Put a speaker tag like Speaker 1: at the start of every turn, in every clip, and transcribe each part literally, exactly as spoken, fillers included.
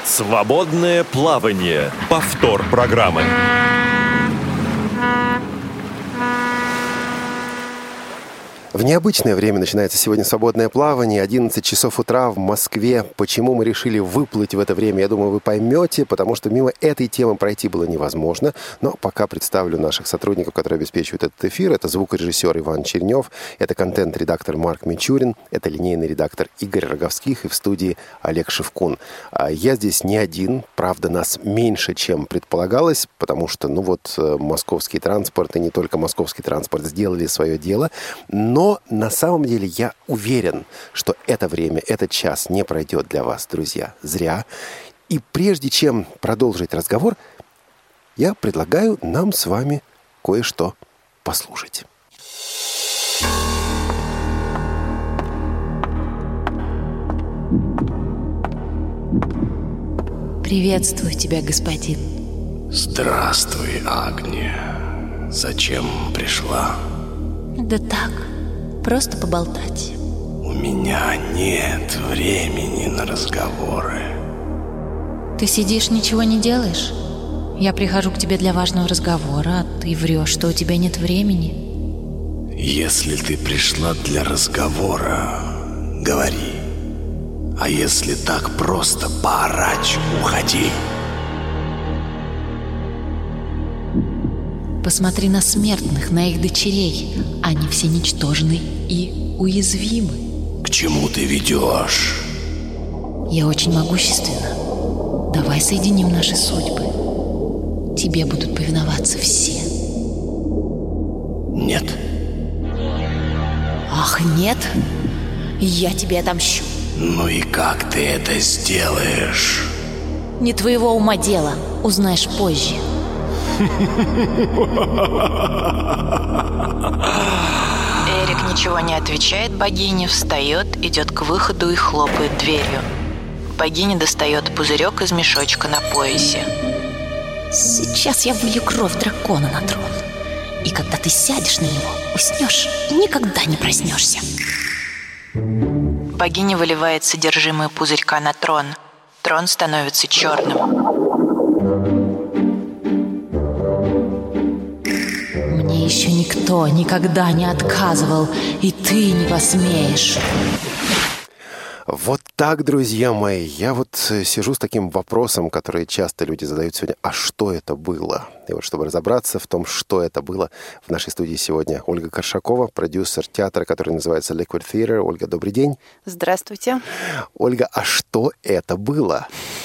Speaker 1: Свободное плавание. Повтор программы.
Speaker 2: В необычное время начинается сегодня свободное плавание, одиннадцать часов утра в Москве. Почему мы решили выплыть в это время, я думаю, вы поймете, потому что мимо этой темы пройти было невозможно. Но пока представлю наших сотрудников, которые обеспечивают этот эфир. Это звукорежиссер Иван Чернев, это контент-редактор Марк Мичурин, это линейный редактор Игорь Роговских и в студии Олег Шевкун. Я здесь не один, правда, нас меньше, чем предполагалось, потому что, ну вот, московский транспорт и не только московский транспорт сделали свое дело, но Но на самом деле я уверен, что это время, этот час не пройдет для вас, друзья, зря. И прежде чем продолжить разговор, я предлагаю нам с вами кое-что послушать.
Speaker 3: Приветствую тебя, господин.
Speaker 4: Здравствуй, Агния. Зачем пришла?
Speaker 3: Да так, просто поболтать.
Speaker 4: У меня нет времени на разговоры.
Speaker 3: Ты сидишь, ничего не делаешь? Я прихожу к тебе для важного разговора, а ты врешь, что у тебя нет времени.
Speaker 4: Если ты пришла для разговора, говори. А если так просто поорать, уходи.
Speaker 3: Посмотри на смертных, на их дочерей. Они все ничтожны и уязвимы.
Speaker 4: К чему ты ведешь?
Speaker 3: Я очень могущественна. Давай соединим наши судьбы. Тебе будут повиноваться все.
Speaker 4: Нет.
Speaker 3: Ах, нет? Я тебе отомщу.
Speaker 4: Ну и как ты это сделаешь?
Speaker 3: Не твоего ума дело. Узнаешь позже.
Speaker 5: Эрик ничего не отвечает богине, встает, идет к выходу и хлопает дверью. Богиня достает пузырек из мешочка на поясе.
Speaker 3: Сейчас я влью кровь дракона на трон. И когда ты сядешь на него, уснешь и никогда не проснешься.
Speaker 5: Богиня выливает содержимое пузырька на трон. Трон становится черным.
Speaker 3: Мне еще никто никогда не отказывал, и ты не посмеешь.
Speaker 2: Вот так, друзья мои, я вот сижу с таким вопросом, который часто люди задают сегодня. А что это было? И вот чтобы разобраться в том, что это было, в нашей студии сегодня Ольга Коршакова, продюсер театра, который называется Liquid Theatre. Ольга, добрый день.
Speaker 6: Здравствуйте.
Speaker 2: Ольга, а что это было?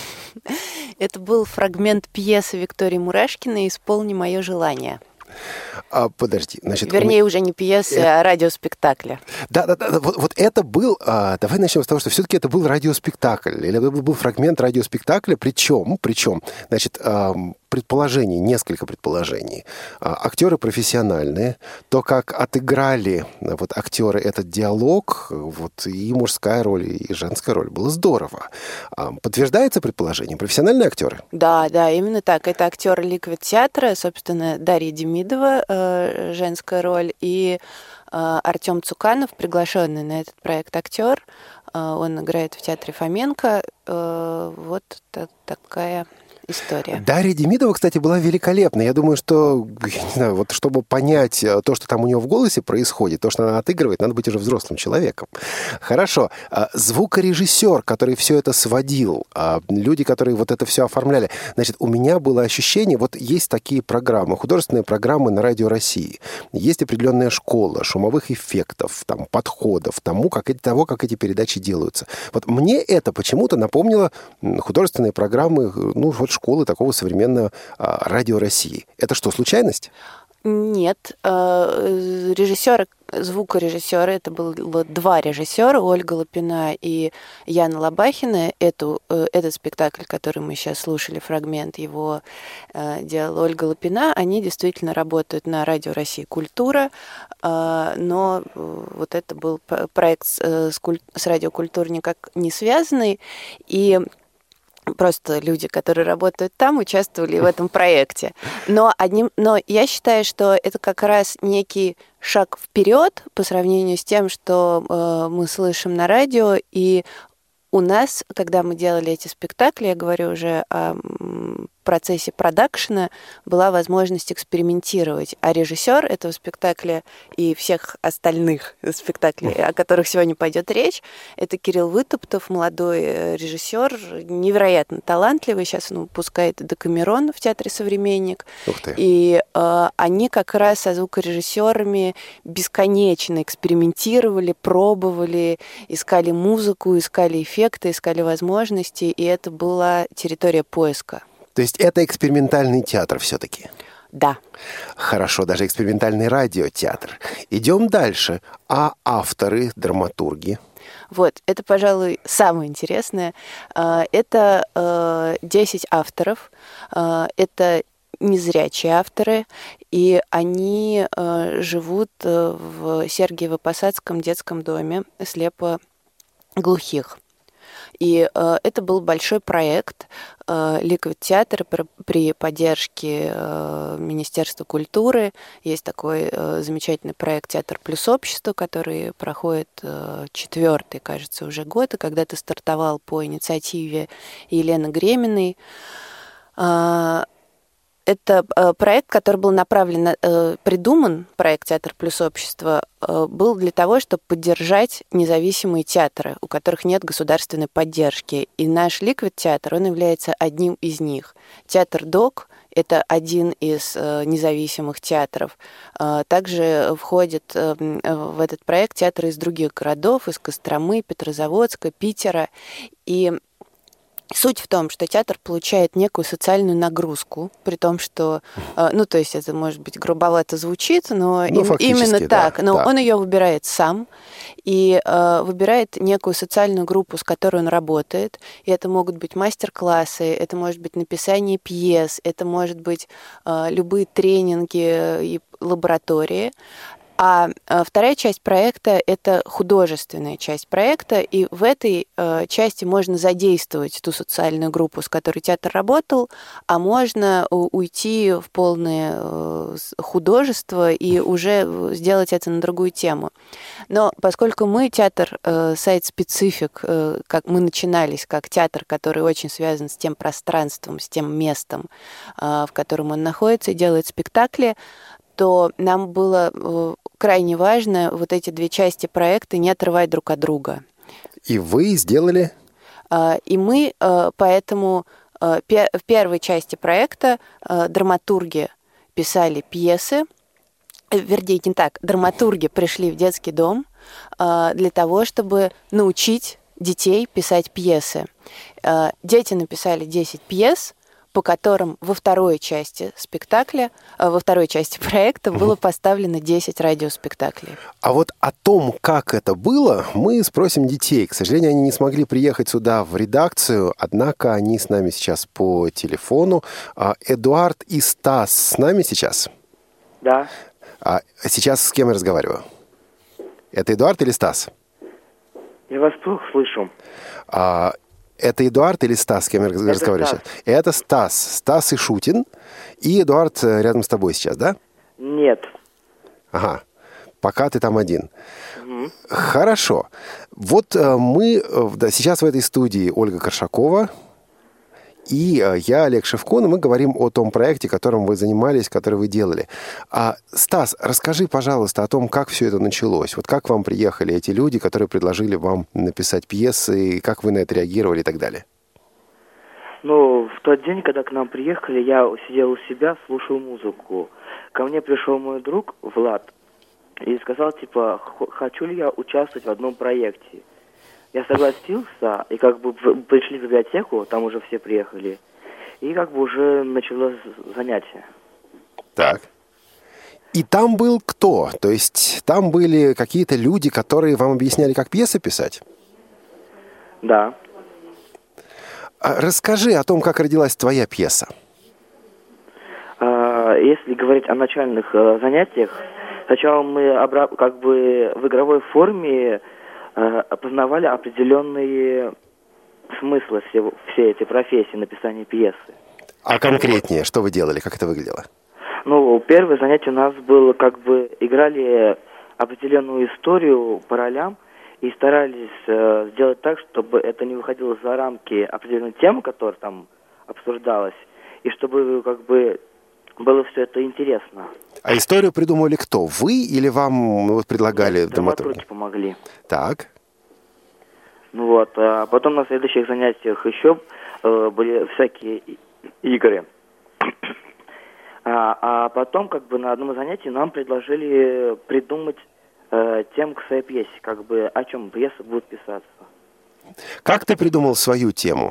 Speaker 6: Это был фрагмент пьесы Виктории Мурашкиной «Исполни мое желание».
Speaker 2: А, подожди, значит...
Speaker 6: Вернее,
Speaker 2: у...
Speaker 6: уже не пьесы, а радиоспектакля.
Speaker 2: Да-да-да, вот, вот это был... А, давай начнем с того, что все-таки это был радиоспектакль, или это был фрагмент радиоспектакля, причем, причем, значит, а, предположений, несколько предположений. А, актеры профессиональные, то, как отыграли вот актеры этот диалог, вот и мужская роль, и женская роль, было здорово. А, подтверждается предположение? Профессиональные актеры?
Speaker 6: Да, да, именно так. Это актеры Liquid театра, собственно, Дарья Демидова, э, женская роль, и э, Артем Цуканов, приглашенный на этот проект актер. Э, он играет в театре Фоменко. Э, вот та- такая... история.
Speaker 2: Дарья Демидова, кстати, была великолепна. Я думаю, что, я не знаю, вот чтобы понять то, что там у нее в голосе происходит, то, что она отыгрывает, надо быть уже взрослым человеком. Хорошо. Звукорежиссер, который все это сводил, люди, которые вот это все оформляли. Значит, у меня было ощущение, вот есть такие программы, художественные программы на Радио России. Есть определенная школа шумовых эффектов, там, подходов, тому, как, того, как эти передачи делаются. Вот мне это почему-то напомнило художественные программы, ну, вот школы такого современного а, Радио России. Это что, случайность?
Speaker 6: Нет. Режиссеры, звукорежиссеры, это было два режиссера, Ольга Лапина и Яна Лобахина. Эту, этот спектакль, который мы сейчас слушали, фрагмент его делала Ольга Лапина, они действительно работают на Радио России «Культура», но вот это был проект с, с Радио «Культура» никак не связанный, и просто люди, которые работают там, участвовали в этом проекте. Но, одним, но я считаю, что это как раз некий шаг вперед по сравнению с тем, что э, мы слышим на радио, и у нас, когда мы делали эти спектакли, я говорю уже о процессе продакшена, была возможность экспериментировать. А режиссер этого спектакля и всех остальных спектаклей, о которых сегодня пойдет речь, это Кирилл Вытоптов, молодой режиссер, невероятно талантливый. Сейчас он выпускает «Декамерон» в Театре «Современник».
Speaker 2: Ух ты.
Speaker 6: И э, они как раз со звукорежиссерами бесконечно экспериментировали, пробовали, искали музыку, искали эффекты, искали возможности, и это была территория поиска.
Speaker 2: То есть это экспериментальный театр все-таки?
Speaker 6: Да.
Speaker 2: Хорошо, даже экспериментальный радиотеатр. Идем дальше. А авторы, драматурги?
Speaker 6: Вот, это, пожалуй, самое интересное. Это десять авторов. Это незрячие авторы, и они живут в Сергиево-Посадском детском доме слепоглухих. И э, это был большой проект э, Liquid Theatre при, при поддержке э, Министерства культуры. Есть такой э, замечательный проект «Театр плюс общество», который проходит э, четвертый, кажется, уже год, и когда-то стартовал по инициативе Елены Греминой. Э, Это проект, который был направлен, придуман, проект «Театр плюс общество», был для того, чтобы поддержать независимые театры, у которых нет государственной поддержки. И наш Liquid театр, он является одним из них. Театр ДОК – это один из независимых театров. Также входит в этот проект театры из других городов, из Костромы, Петрозаводска, Питера. И суть в том, что театр получает некую социальную нагрузку, при том, что, ну, то есть это, может быть, грубовато звучит, но ну, им, именно да, так. Но да. Он ее выбирает сам и э, выбирает некую социальную группу, с которой он работает. И это могут быть мастер-классы, это может быть написание пьес, это может быть э, любые тренинги и лаборатории. А вторая часть проекта – это художественная часть проекта, и в этой э, части можно задействовать ту социальную группу, с которой театр работал, а можно уйти в полное э, художество и уже сделать это на другую тему. Но поскольку мы театр э, сайт-специфик, э, как мы начинались как театр, который очень связан с тем пространством, с тем местом, э, в котором он находится и делает спектакли, то нам было э, крайне важно вот эти две части проекта не отрывать друг от друга.
Speaker 2: И вы сделали?
Speaker 6: Э, и мы э, поэтому э, пе- в первой части проекта э, драматурги писали пьесы, э, вернее, не так, драматурги пришли в детский дом э, для того, чтобы научить детей писать пьесы. Э, дети написали десять пьес, по которым во второй части спектакля, во второй части проекта было поставлено десять радиоспектаклей.
Speaker 2: А вот о том, как это было, мы спросим детей. К сожалению, они не смогли приехать сюда в редакцию, однако они с нами сейчас по телефону. Эдуард и Стас с нами сейчас?
Speaker 7: Да.
Speaker 2: А сейчас с кем я разговариваю? Это Эдуард или Стас?
Speaker 7: Я вас плохо слышу.
Speaker 2: А... Это Эдуард или Стас, с кем я
Speaker 7: Это
Speaker 2: разговариваю
Speaker 7: Стас.
Speaker 2: сейчас? Это Стас. Стас Ишутин. И Эдуард рядом с тобой сейчас, да?
Speaker 7: Нет.
Speaker 2: Ага. Пока ты там один.
Speaker 7: Угу.
Speaker 2: Хорошо. Вот мы... Да, сейчас в этой студии Ольга Коршакова и я, Олег Шевкун, и мы говорим о том проекте, которым вы занимались, который вы делали. А, Стас, расскажи, пожалуйста, о том, как все это началось. Вот как к вам приехали эти люди, которые предложили вам написать пьесы, как вы на это реагировали и так далее?
Speaker 7: Ну, в тот день, когда к нам приехали, я сидел у себя, слушал музыку. Ко мне пришел мой друг Влад и сказал, типа, хочу ли я участвовать в одном проекте. Я согласился, и как бы пришли в библиотеку, там уже все приехали, и как бы уже началось занятие.
Speaker 2: Так. И там был кто? То есть там были какие-то люди, которые вам объясняли, как пьесы писать?
Speaker 7: Да.
Speaker 2: А расскажи о том, как родилась твоя пьеса.
Speaker 7: А, если говорить о начальных а, занятиях, сначала мы обра- как бы в игровой форме опознавали определенные смыслы всего, все эти профессии написания пьесы.
Speaker 2: А конкретнее, что вы делали, как это выглядело?
Speaker 7: Ну, первое занятие у нас было, как бы, играли определенную историю по ролям, и старались э, сделать так, чтобы это не выходило за рамки определенной темы, которая там обсуждалась, и чтобы как бы было все это интересно.
Speaker 2: А историю придумали кто? Вы или вам вот, предлагали
Speaker 7: Нет,
Speaker 2: драматурги?
Speaker 7: помогли.
Speaker 2: Так.
Speaker 7: Ну вот, а потом на следующих занятиях еще э, были всякие и- игры. а, а потом как бы на одном из занятий нам предложили придумать э, тему к своей пьесе, как бы о чем пьеса будет писаться.
Speaker 2: Как ты придумал свою тему?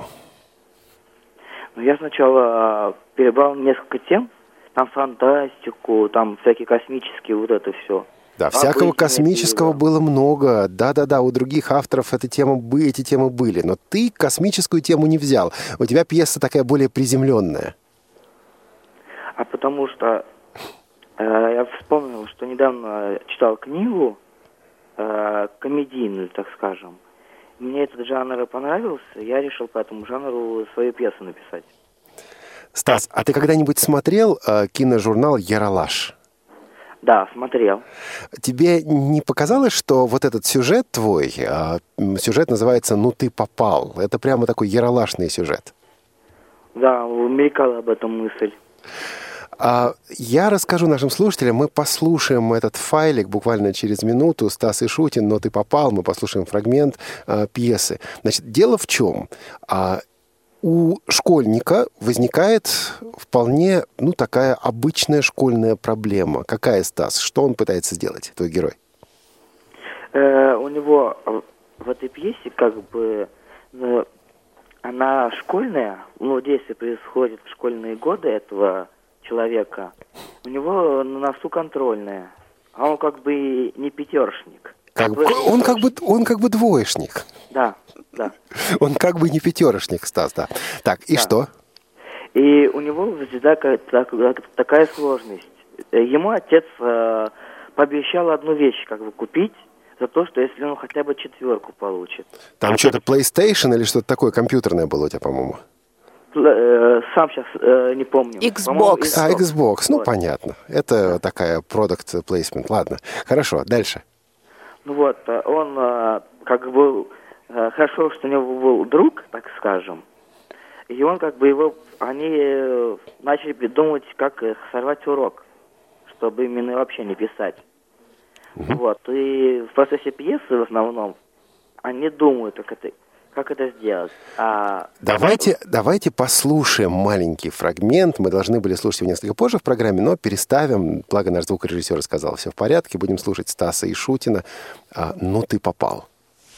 Speaker 7: Ну, я сначала э, перебрал несколько тем, там фантастику, там всякие космические, вот это все.
Speaker 2: Да, всякого
Speaker 7: Обычные
Speaker 2: космического
Speaker 7: пиво.
Speaker 2: было много. Да-да-да, у других авторов эта тема, бы- эти темы были. Но ты космическую тему не взял. У тебя пьеса такая более приземленная.
Speaker 7: А потому что э, я вспомнил, что недавно читал книгу э, комедийную, так скажем. Мне этот жанр понравился, я решил по этому жанру свою пьесу написать.
Speaker 2: Стас, а ты когда-нибудь смотрел э, киножурнал «Ералаш»?
Speaker 7: Да, смотрел.
Speaker 2: Тебе не показалось, что вот этот сюжет твой, э, м, сюжет называется «Ну ты попал». Это прямо такой ералашный сюжет.
Speaker 7: Да, мелькала об этом мысль.
Speaker 2: А я расскажу нашим слушателям, мы послушаем этот файлик буквально через минуту. Стас Ишутин, «Но ты попал», мы послушаем фрагмент а, пьесы. Значит, дело в чем? А, у школьника возникает вполне, ну, такая обычная школьная проблема. Какая, Стас? Что он пытается сделать, твой герой?
Speaker 7: Э, у него в этой пьесе как бы э, она школьная, ну, действие происходит в школьные годы этого человека. У него на носу контрольная, а он как бы не пятершник.
Speaker 2: Как бы, он, как бы, он как бы двоечник.
Speaker 7: Да, да.
Speaker 2: Он как бы не пятерошник, Стас, да. Так, и
Speaker 7: Да.
Speaker 2: что?
Speaker 7: И у него всегда такая сложность. Ему отец э, пообещал одну вещь как бы купить за то, что если он хотя бы четверку получит.
Speaker 2: Там что-то PlayStation или что-то такое компьютерное было у тебя, по-моему?
Speaker 7: Э, Сам сейчас э, не помню.
Speaker 6: Xbox.
Speaker 7: По-моему,
Speaker 2: А, Xbox, ну,
Speaker 7: Вот.
Speaker 2: понятно. Это такая product placement. Ладно, хорошо, дальше.
Speaker 7: Ну вот, э, он э, как бы э, хорошо, что у него был друг, так скажем. И он как бы его, они э, начали придумывать, как э, сорвать урок, чтобы именно вообще не писать. Вот, и в процессе пьесы в основном они думают, как это, как это сделать. А
Speaker 2: Давайте, давайте послушаем маленький фрагмент. Мы должны были слушать его несколько позже в программе, но переставим. Благо наш звукорежиссер сказал, все в порядке. Будем слушать Стаса Ишутина. А, «Ну ты попал».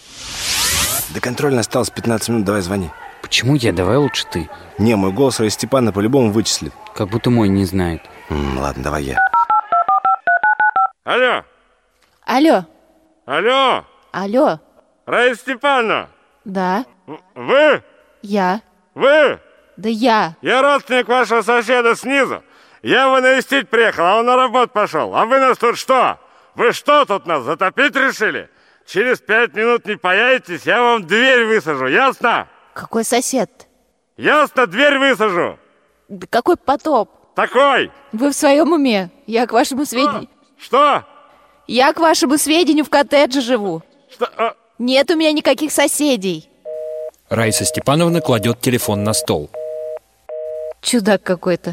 Speaker 8: До контрольной осталось пятнадцать минут, давай звони.
Speaker 9: Почему я? Давай лучше ты.
Speaker 8: Не, мой голос Раиса Степановна по-любому вычислит.
Speaker 9: Как будто мой не знает.
Speaker 8: М, ладно, давай я.
Speaker 1: Алло,
Speaker 3: Алло,
Speaker 1: алло,
Speaker 3: алло,
Speaker 1: Раиса Степановна,
Speaker 3: да,
Speaker 1: вы,
Speaker 3: я,
Speaker 1: вы,
Speaker 3: да я.
Speaker 1: я родственник вашего соседа снизу. Я его навестить приехал, а он на работу пошел. А вы нас тут что? Вы что тут нас затопить решили? Через пять минут не появитесь, я вам дверь высажу, ясно?
Speaker 3: Какой сосед?
Speaker 1: Ясно, дверь высажу.
Speaker 3: Да какой потоп?
Speaker 1: Такой.
Speaker 3: Вы в своем уме? Я к вашему сведению...
Speaker 1: Что?
Speaker 3: Я к вашему сведению в коттедже живу.
Speaker 1: Что? А,
Speaker 3: Нет у меня никаких соседей.
Speaker 10: Раиса Степановна кладет телефон на стол.
Speaker 3: Чудак какой-то.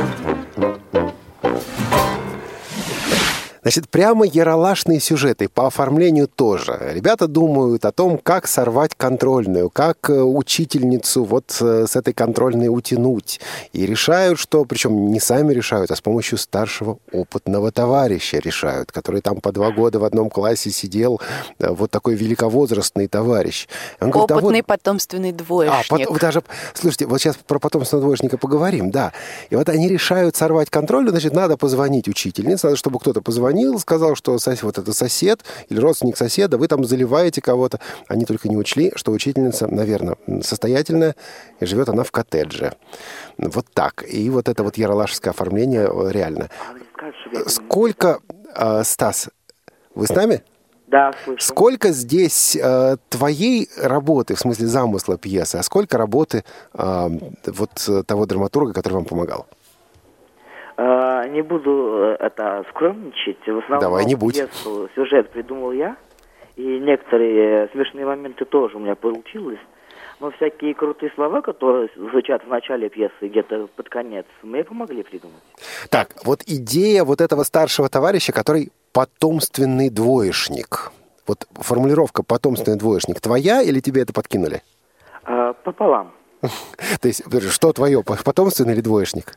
Speaker 2: Значит, прямо яралашные сюжеты, по оформлению тоже. Ребята думают о том, как сорвать контрольную, как э, учительницу вот э, с этой контрольной утянуть. И решают, что, причем не сами решают, а с помощью старшего опытного товарища решают, который там по два года в одном классе сидел, э, вот такой великовозрастный товарищ. Он говорит, да
Speaker 6: Опытный
Speaker 2: вот-
Speaker 6: потомственный
Speaker 2: а,
Speaker 6: двоечник.
Speaker 2: потом, даже, слушайте, вот сейчас про потомственного двоечника поговорим, да. И вот они решают сорвать контроль, значит, надо позвонить учительнице, надо, чтобы кто-то позвонил, сказал, что сос- вот это сосед или родственник соседа, вы там заливаете кого-то. Они только не учли, что учительница, наверное, состоятельная, и живет она в коттедже. Вот так. И вот это вот яралашское оформление э, реально. Сколько, э, Стас, вы с нами?
Speaker 7: Да, слышу.
Speaker 2: Сколько здесь э, твоей работы, в смысле замысла пьесы, а сколько работы э, вот э, того драматурга, который вам помогал?
Speaker 7: А, не буду э, это скромничать. В основном
Speaker 2: Давай, не будь.
Speaker 7: пьесу, сюжет придумал я. И некоторые смешные моменты тоже у меня получилось. Но всякие крутые слова, которые звучат в начале пьесы, где-то под конец, мне помогли придумать.
Speaker 2: Так, вот идея вот этого старшего товарища, который потомственный двоечник. Вот формулировка «потомственный двоечник» твоя или тебе это подкинули?
Speaker 7: А, пополам.
Speaker 2: То есть, что твое, потомственный или двоечник?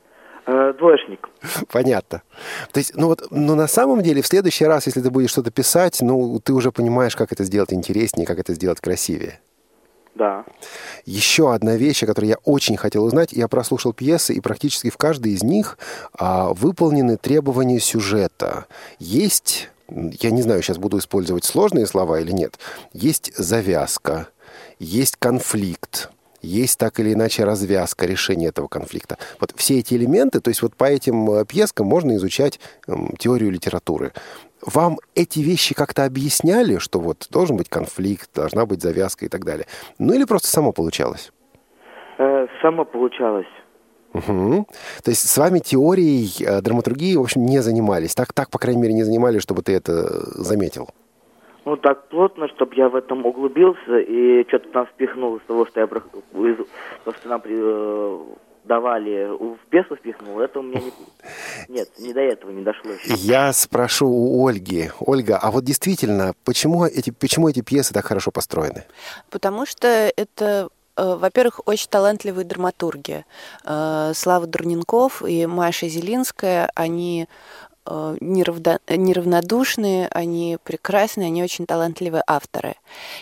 Speaker 7: А, двоечник.
Speaker 2: Понятно. То есть, ну вот, но на самом деле, в следующий раз, если ты будешь что-то писать, ну, ты уже понимаешь, как это сделать интереснее, как это сделать красивее.
Speaker 7: Да.
Speaker 2: Еще одна вещь, о которой я очень хотел узнать. Я прослушал пьесы, и практически в каждой из них а, выполнены требования сюжета. Есть, я не знаю, сейчас буду использовать сложные слова или нет, есть завязка, есть конфликт, есть так или иначе развязка, решение этого конфликта. Вот все эти элементы, то есть вот по этим пьескам можно изучать эм, теорию литературы. Вам эти вещи как-то объясняли, что вот должен быть конфликт, должна быть завязка и так далее? Ну или просто само получалось?
Speaker 7: Э, само получалось.
Speaker 2: Угу. То есть с вами теорией э, драматургии, в общем, не занимались? Так, так, по крайней мере, не занимались, чтобы ты это заметил?
Speaker 7: Ну, так плотно, чтобы я в этом углубился и что-то там впихнул из того, что я из, то, что нам э, давали, в пьесу впихнул, это у меня не... Нет, не до этого не дошло еще.
Speaker 2: Я спрошу у Ольги. Ольга, а вот действительно, почему эти, почему эти пьесы так хорошо построены?
Speaker 6: Потому что это... Во-первых, очень талантливые драматурги. Слава Дурненков и Маша Зелинская, они неравно, неравнодушные, они прекрасные, они очень талантливые авторы.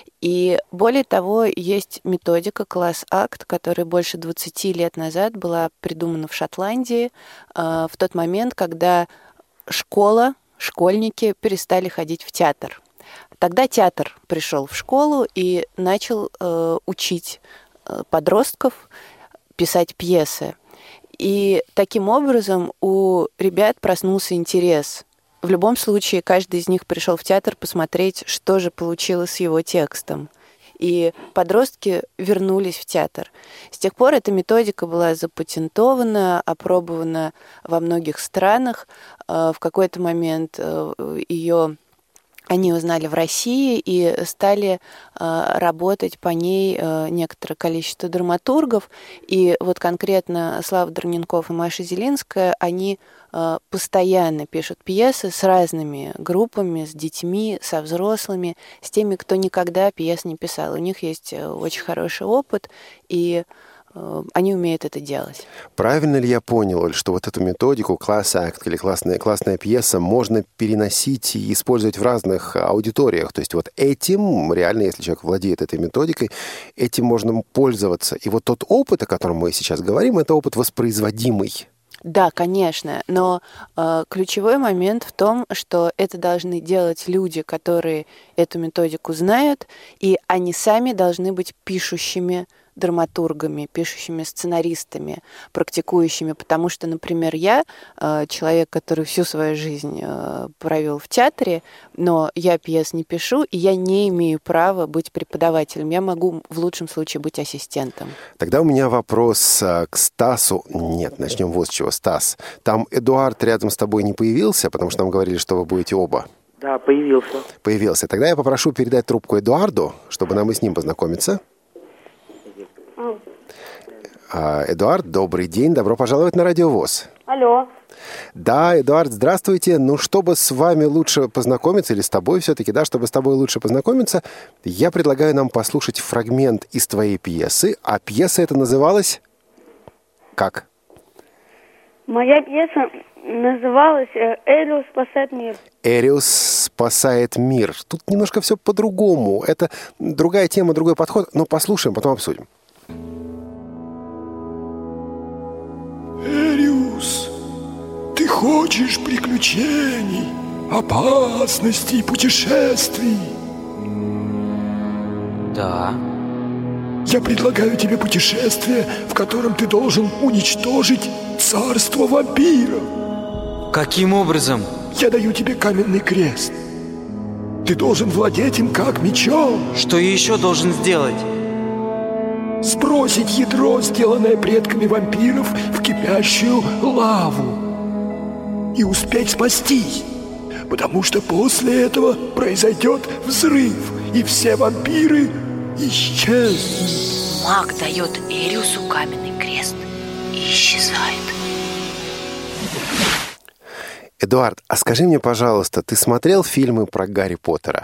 Speaker 6: И более того, есть методика класс-акт, которая больше двадцати лет назад была придумана в Шотландии в тот момент, когда школа, школьники перестали ходить в театр. Тогда театр пришел в школу и начал э, учить э, подростков писать пьесы. И таким образом у ребят проснулся интерес. В любом случае, каждый из них пришел в театр посмотреть, что же получилось с его текстом. И подростки вернулись в театр. С тех пор эта методика была запатентована, опробована во многих странах. Э, в какой-то момент э, ее... Они узнали в России и стали э, работать по ней э, некоторое количество драматургов. И вот конкретно Слава Дурненков и Маша Зелинская, они э, постоянно пишут пьесы с разными группами, с детьми, со взрослыми, с теми, кто никогда пьес не писал. У них есть очень хороший опыт, и они умеют это делать.
Speaker 2: Правильно ли я понял, Оль, что вот эту методику класс-акт или классная, классная пьеса можно переносить и использовать в разных аудиториях? То есть вот этим, реально, если человек владеет этой методикой, этим можно пользоваться. И вот тот опыт, о котором мы сейчас говорим, это опыт воспроизводимый.
Speaker 6: Да, конечно, но э, ключевой момент в том, что это должны делать люди, которые эту методику знают, и они сами должны быть пишущими драматургами, пишущими сценаристами, практикующими, потому что, например, я человек, который всю свою жизнь провел в театре, но я пьес не пишу, и я не имею права быть преподавателем. Я могу в лучшем случае быть ассистентом.
Speaker 2: Тогда у меня вопрос к Стасу. Нет, начнем вот с чего. Стас, там Эдуард рядом с тобой не появился, потому что нам говорили, что вы будете оба.
Speaker 7: Да, появился.
Speaker 2: Появился. Тогда я попрошу передать трубку Эдуарду, чтобы нам и с ним познакомиться. Эдуард, добрый день, добро пожаловать на Радио ВОС.
Speaker 11: Алло.
Speaker 2: Да, Эдуард, здравствуйте. Ну, чтобы с вами лучше познакомиться, или с тобой все-таки, да, чтобы с тобой лучше познакомиться, я предлагаю нам послушать фрагмент из твоей пьесы. А пьеса эта называлась... Как?
Speaker 11: Моя пьеса называлась «Эриус спасает мир».
Speaker 2: «Эриус спасает мир». Тут немножко все по-другому. Это другая тема, другой подход. Но послушаем, потом обсудим.
Speaker 12: Эриус, ты хочешь приключений, опасностей, путешествий?
Speaker 9: Да.
Speaker 12: Я предлагаю тебе путешествие, в котором ты должен уничтожить царство вампиров.
Speaker 9: Каким образом?
Speaker 12: Я даю тебе каменный крест. Ты должен владеть им как мечом.
Speaker 9: Что я еще должен сделать?
Speaker 12: Сбросить ядро, сделанное предками вампиров, в кипящую лаву. И успеть спастись. потому что после этого произойдет взрыв, и все вампиры исчезнут.
Speaker 5: Маг дает Эриусу каменный крест и исчезает.
Speaker 2: Эдуард, а скажи мне, пожалуйста, ты смотрел фильмы про Гарри Поттера?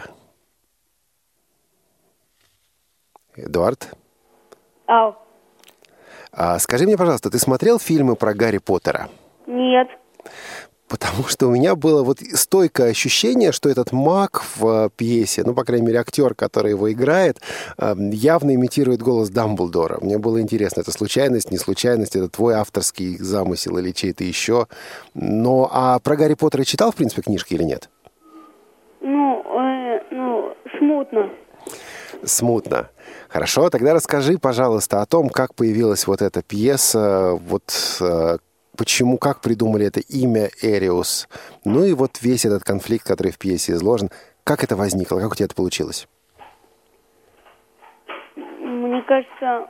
Speaker 2: Эдуард?
Speaker 11: Ау.
Speaker 2: А скажи мне, пожалуйста, ты смотрел фильмы про Гарри Поттера?
Speaker 11: Нет.
Speaker 2: Потому что у меня было вот стойкое ощущение, что этот маг в пьесе, ну, по крайней мере, актер, который его играет, явно имитирует голос Дамблдора. Мне было интересно, это случайность, не случайность, это твой авторский замысел или чей-то еще. Но, а про Гарри Поттера читал, в принципе, книжки или нет?
Speaker 11: Ну, э, ну, смутно.
Speaker 2: Смутно. Хорошо, тогда расскажи, пожалуйста, о том, как появилась вот эта пьеса, вот почему, как придумали это имя Эриус, ну и вот весь этот конфликт, который в пьесе изложен, как это возникло, как у тебя это получилось?
Speaker 11: Мне кажется,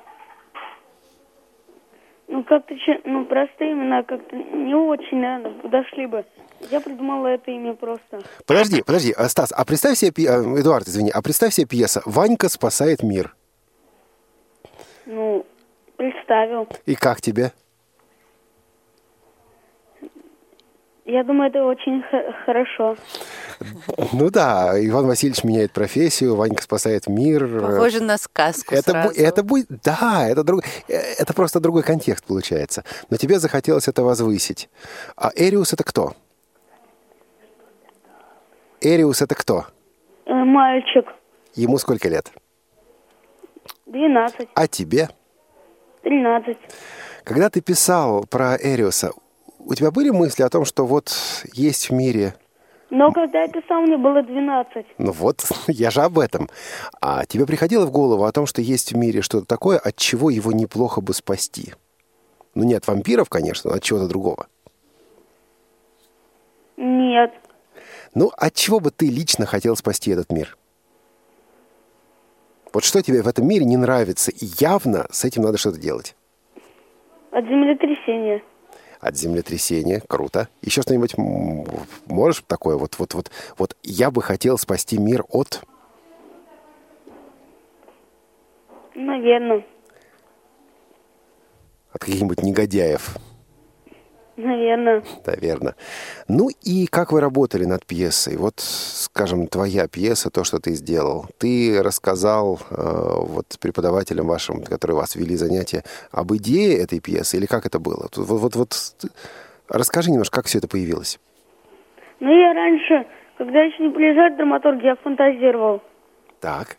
Speaker 11: ну как-то, ну простые имена как-то не очень, наверное, подошли бы. Я придумала это имя просто.
Speaker 2: Подожди, подожди, Стас, а представь себе, Эдуард, извини, а представь себе пьеса «Ванька спасает мир».
Speaker 11: Ну, представил.
Speaker 2: И как тебе?
Speaker 11: Я думаю, это очень х- хорошо.
Speaker 2: Ну да, Иван Васильевич меняет профессию, Ванька спасает мир.
Speaker 6: Похоже на сказку
Speaker 2: это
Speaker 6: сразу.
Speaker 2: Бу- это будет, да, это, друг, это просто другой контекст получается. Но тебе захотелось это возвысить. А Эриус это кто? Эриус это кто?
Speaker 11: Э, мальчик.
Speaker 2: Ему сколько лет?
Speaker 11: Двенадцать.
Speaker 2: А тебе?
Speaker 11: Тринадцать.
Speaker 2: Когда ты писал про Эриуса, у тебя были мысли о том, что вот есть в мире...
Speaker 11: Но когда я писал, мне было двенадцать.
Speaker 2: Ну вот, я же об этом. А тебе приходило в голову о том, что есть в мире что-то такое, от чего его неплохо бы спасти? Ну не от вампиров, конечно, но от чего-то другого.
Speaker 11: Нет.
Speaker 2: Ну, от чего бы ты лично хотел спасти этот мир? Вот что тебе в этом мире не нравится, и явно с этим надо что-то делать?
Speaker 11: От землетрясения.
Speaker 2: От землетрясения, круто. Еще что-нибудь можешь такое? Вот, вот, вот, вот я бы хотел спасти мир от...
Speaker 11: Наверное.
Speaker 2: От каких-нибудь негодяев.
Speaker 11: Наверное.
Speaker 2: Наверное. Ну и как вы работали над пьесой? Вот, скажем, твоя пьеса, то, что ты сделал. Ты рассказал э, вот преподавателям вашим, которые вас вели занятия, об идее этой пьесы или как это было? Вот, вот, вот расскажи немножко, как все это появилось.
Speaker 11: Ну, я раньше, когда еще не приезжали драматурги, я фантазировал.
Speaker 2: Так.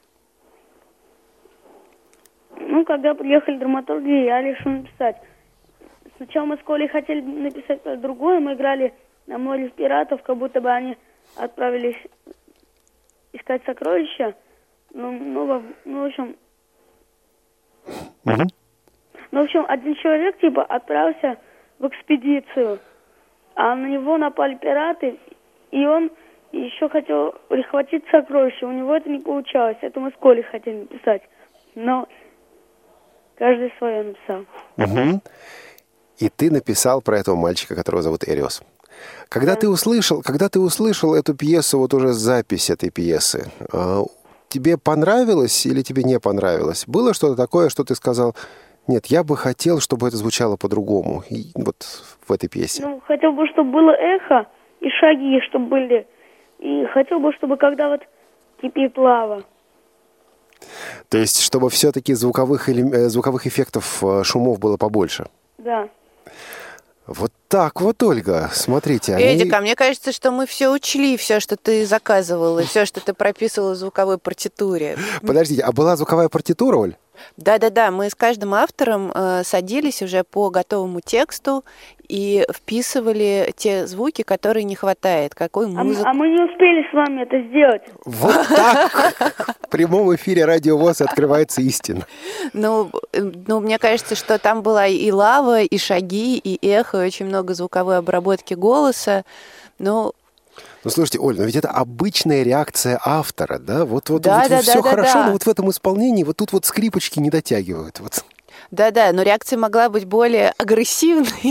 Speaker 11: Ну, когда приехали драматурги, я решил написать. Сначала мы с Колей хотели написать другое, мы играли на море пиратов, как будто бы они отправились искать сокровища. Ну, ну, ну в общем...
Speaker 2: Uh-huh.
Speaker 11: Ну, в общем, один человек, типа, отправился в экспедицию, а на него напали пираты, и он еще хотел прихватить сокровища. У него это не получалось, это мы с Колей хотели написать. Но каждый свое написал.
Speaker 2: Uh-huh. И ты написал про этого мальчика, которого зовут Эриус. Когда
Speaker 11: Да.
Speaker 2: ты услышал, когда ты услышал эту пьесу, вот уже запись этой пьесы, тебе понравилось или тебе не понравилось? Было что-то такое, что ты сказал, нет, я бы хотел, чтобы это звучало по-другому, и вот в этой пьесе?
Speaker 11: Ну, хотел бы, чтобы было эхо и шаги, чтобы были. И хотел бы, чтобы когда вот кипит лава.
Speaker 2: То есть, чтобы все-таки звуковых, элем- звуковых эффектов, шумов было побольше?
Speaker 11: Да.
Speaker 2: Вот так вот, Ольга, смотрите. Они...
Speaker 6: Эдик, а мне кажется, что мы все учли, все, что ты заказывал, и все, что ты прописывал в звуковой партитуре.
Speaker 2: Подождите, а была звуковая партитура, Оль?
Speaker 6: Да-да-да, мы с каждым автором э, садились уже по готовому тексту и вписывали те звуки, которые не хватает, какой музыку.
Speaker 11: А, а мы не успели с вами это сделать.
Speaker 2: Вот так в прямом эфире Радио ВОС открывается истина.
Speaker 6: Ну, ну, мне кажется, что там была и лава, и шаги, и эхо, и очень много звуковой обработки голоса. Ну,
Speaker 2: Ну, слушайте, Оль, но ведь это обычная реакция автора, да? Вот, вот,
Speaker 6: да,
Speaker 2: вот,
Speaker 6: да,
Speaker 2: вот
Speaker 6: да,
Speaker 2: все
Speaker 6: да,
Speaker 2: хорошо,
Speaker 6: да.
Speaker 2: но вот в этом исполнении вот тут вот скрипочки не дотягивают. Вот.
Speaker 6: да-да, но реакция могла быть более агрессивной,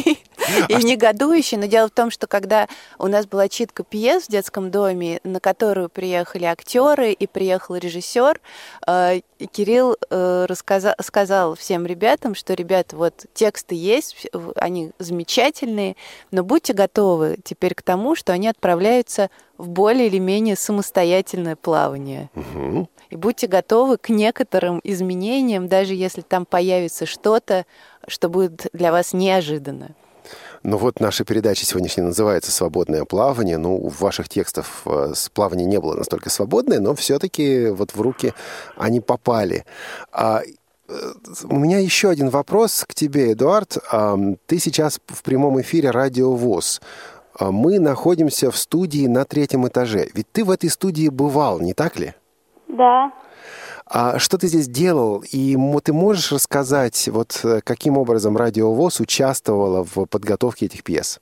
Speaker 6: и негодующий. Но дело в том, что когда у нас была читка пьес в детском доме, на которую приехали актеры и приехал режиссер, Кирилл рассказал, сказал всем ребятам, что, ребята, вот тексты есть, они замечательные, но будьте готовы теперь к тому, что они отправляются в более или менее самостоятельное плавание. Угу. И будьте готовы к некоторым изменениям, даже если там появится что-то, что будет для вас неожиданно.
Speaker 2: Ну вот наша передача сегодняшняя называется «Свободное плавание». Ну, у ваших текстов плавание не было настолько свободное, но все-таки вот в руки они попали. А, у меня еще один вопрос к тебе, Эдуард. А, ты сейчас в прямом эфире «Радио ВОС». А мы находимся в студии на третьем этаже. Ведь ты в этой студии бывал, не так ли?
Speaker 11: Да.
Speaker 2: А что ты здесь делал? И ты можешь рассказать, вот каким образом Радио ВОС участвовало в подготовке этих пьес?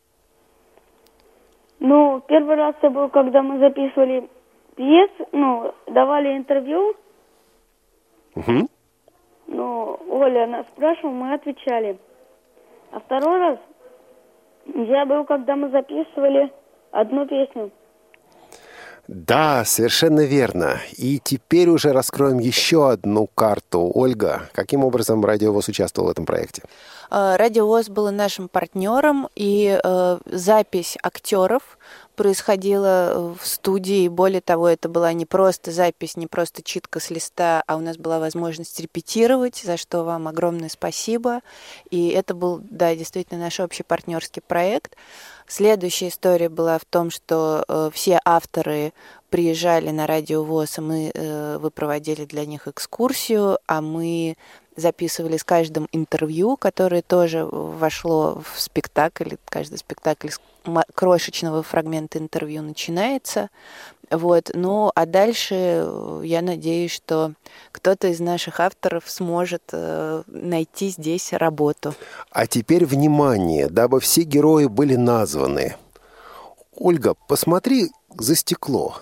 Speaker 11: Ну, первый раз это был, когда мы записывали пьес, ну, давали интервью.
Speaker 2: Угу.
Speaker 11: Ну, Оля нас спрашивала, мы отвечали. А второй раз я был, когда мы записывали одну песню.
Speaker 2: Да, совершенно верно. И теперь уже раскроем еще одну карту. Ольга, каким образом Радио ВОС участвовал в этом проекте?
Speaker 6: Радио ВОС было нашим партнером, и э, запись актеров происходила в студии. Более того, это была не просто запись, не просто читка с листа, а у нас была возможность репетировать, за что вам огромное спасибо. И это был, да, действительно наш общий партнерский проект. Следующая история была в том, что э, все авторы приезжали на Радио ВОС, и мы, э, вы проводили для них экскурсию, а мы записывали с каждым интервью, которое тоже вошло в спектакль. Каждый спектакль с крошечного фрагмента интервью начинается. Вот. Ну, а дальше я надеюсь, что кто-то из наших авторов сможет э, найти здесь работу.
Speaker 2: А теперь внимание, дабы все герои были названы. Ольга, посмотри за стекло.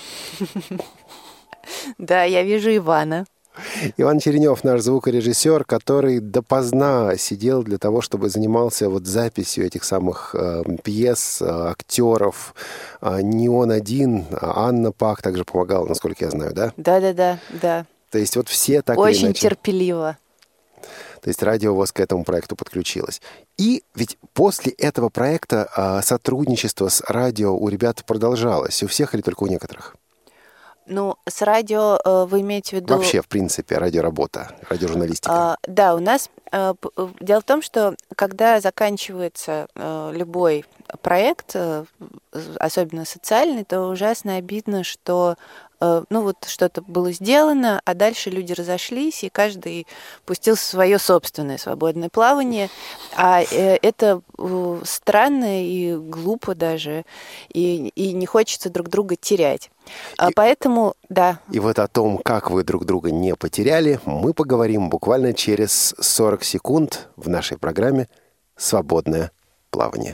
Speaker 6: Да, я вижу Ивана.
Speaker 2: Иван Черенев, наш звукорежиссер, который допоздна сидел для того, чтобы занимался вот записью этих самых э, пьес, э, актеров. Э, не он один, а Анна Пак также помогала, насколько я знаю, да?
Speaker 6: Да-да-да, да.
Speaker 2: То есть вот все так
Speaker 6: Очень
Speaker 2: или иначе...
Speaker 6: терпеливо.
Speaker 2: То есть Радио ВОС к этому проекту подключилось. И ведь после этого проекта э, сотрудничество с радио у ребят продолжалось. У всех или только у некоторых?
Speaker 6: Ну, с радио э, вы имеете в виду...
Speaker 2: Вообще, в принципе, радиоработа, радиожурналистика.
Speaker 6: А, да, у нас... Э, дело в том, что когда заканчивается э, любой проект, э, особенно социальный, то ужасно обидно, что э, ну вот что-то было сделано, а дальше люди разошлись, и каждый пустился в свое собственное свободное плавание. А э, это э, странно и глупо даже, и, и не хочется друг друга терять. А и, поэтому, да.
Speaker 2: И вот о том, как вы друг друга не потеряли, мы поговорим буквально через сорок секунд в нашей программе «Свободное плавание».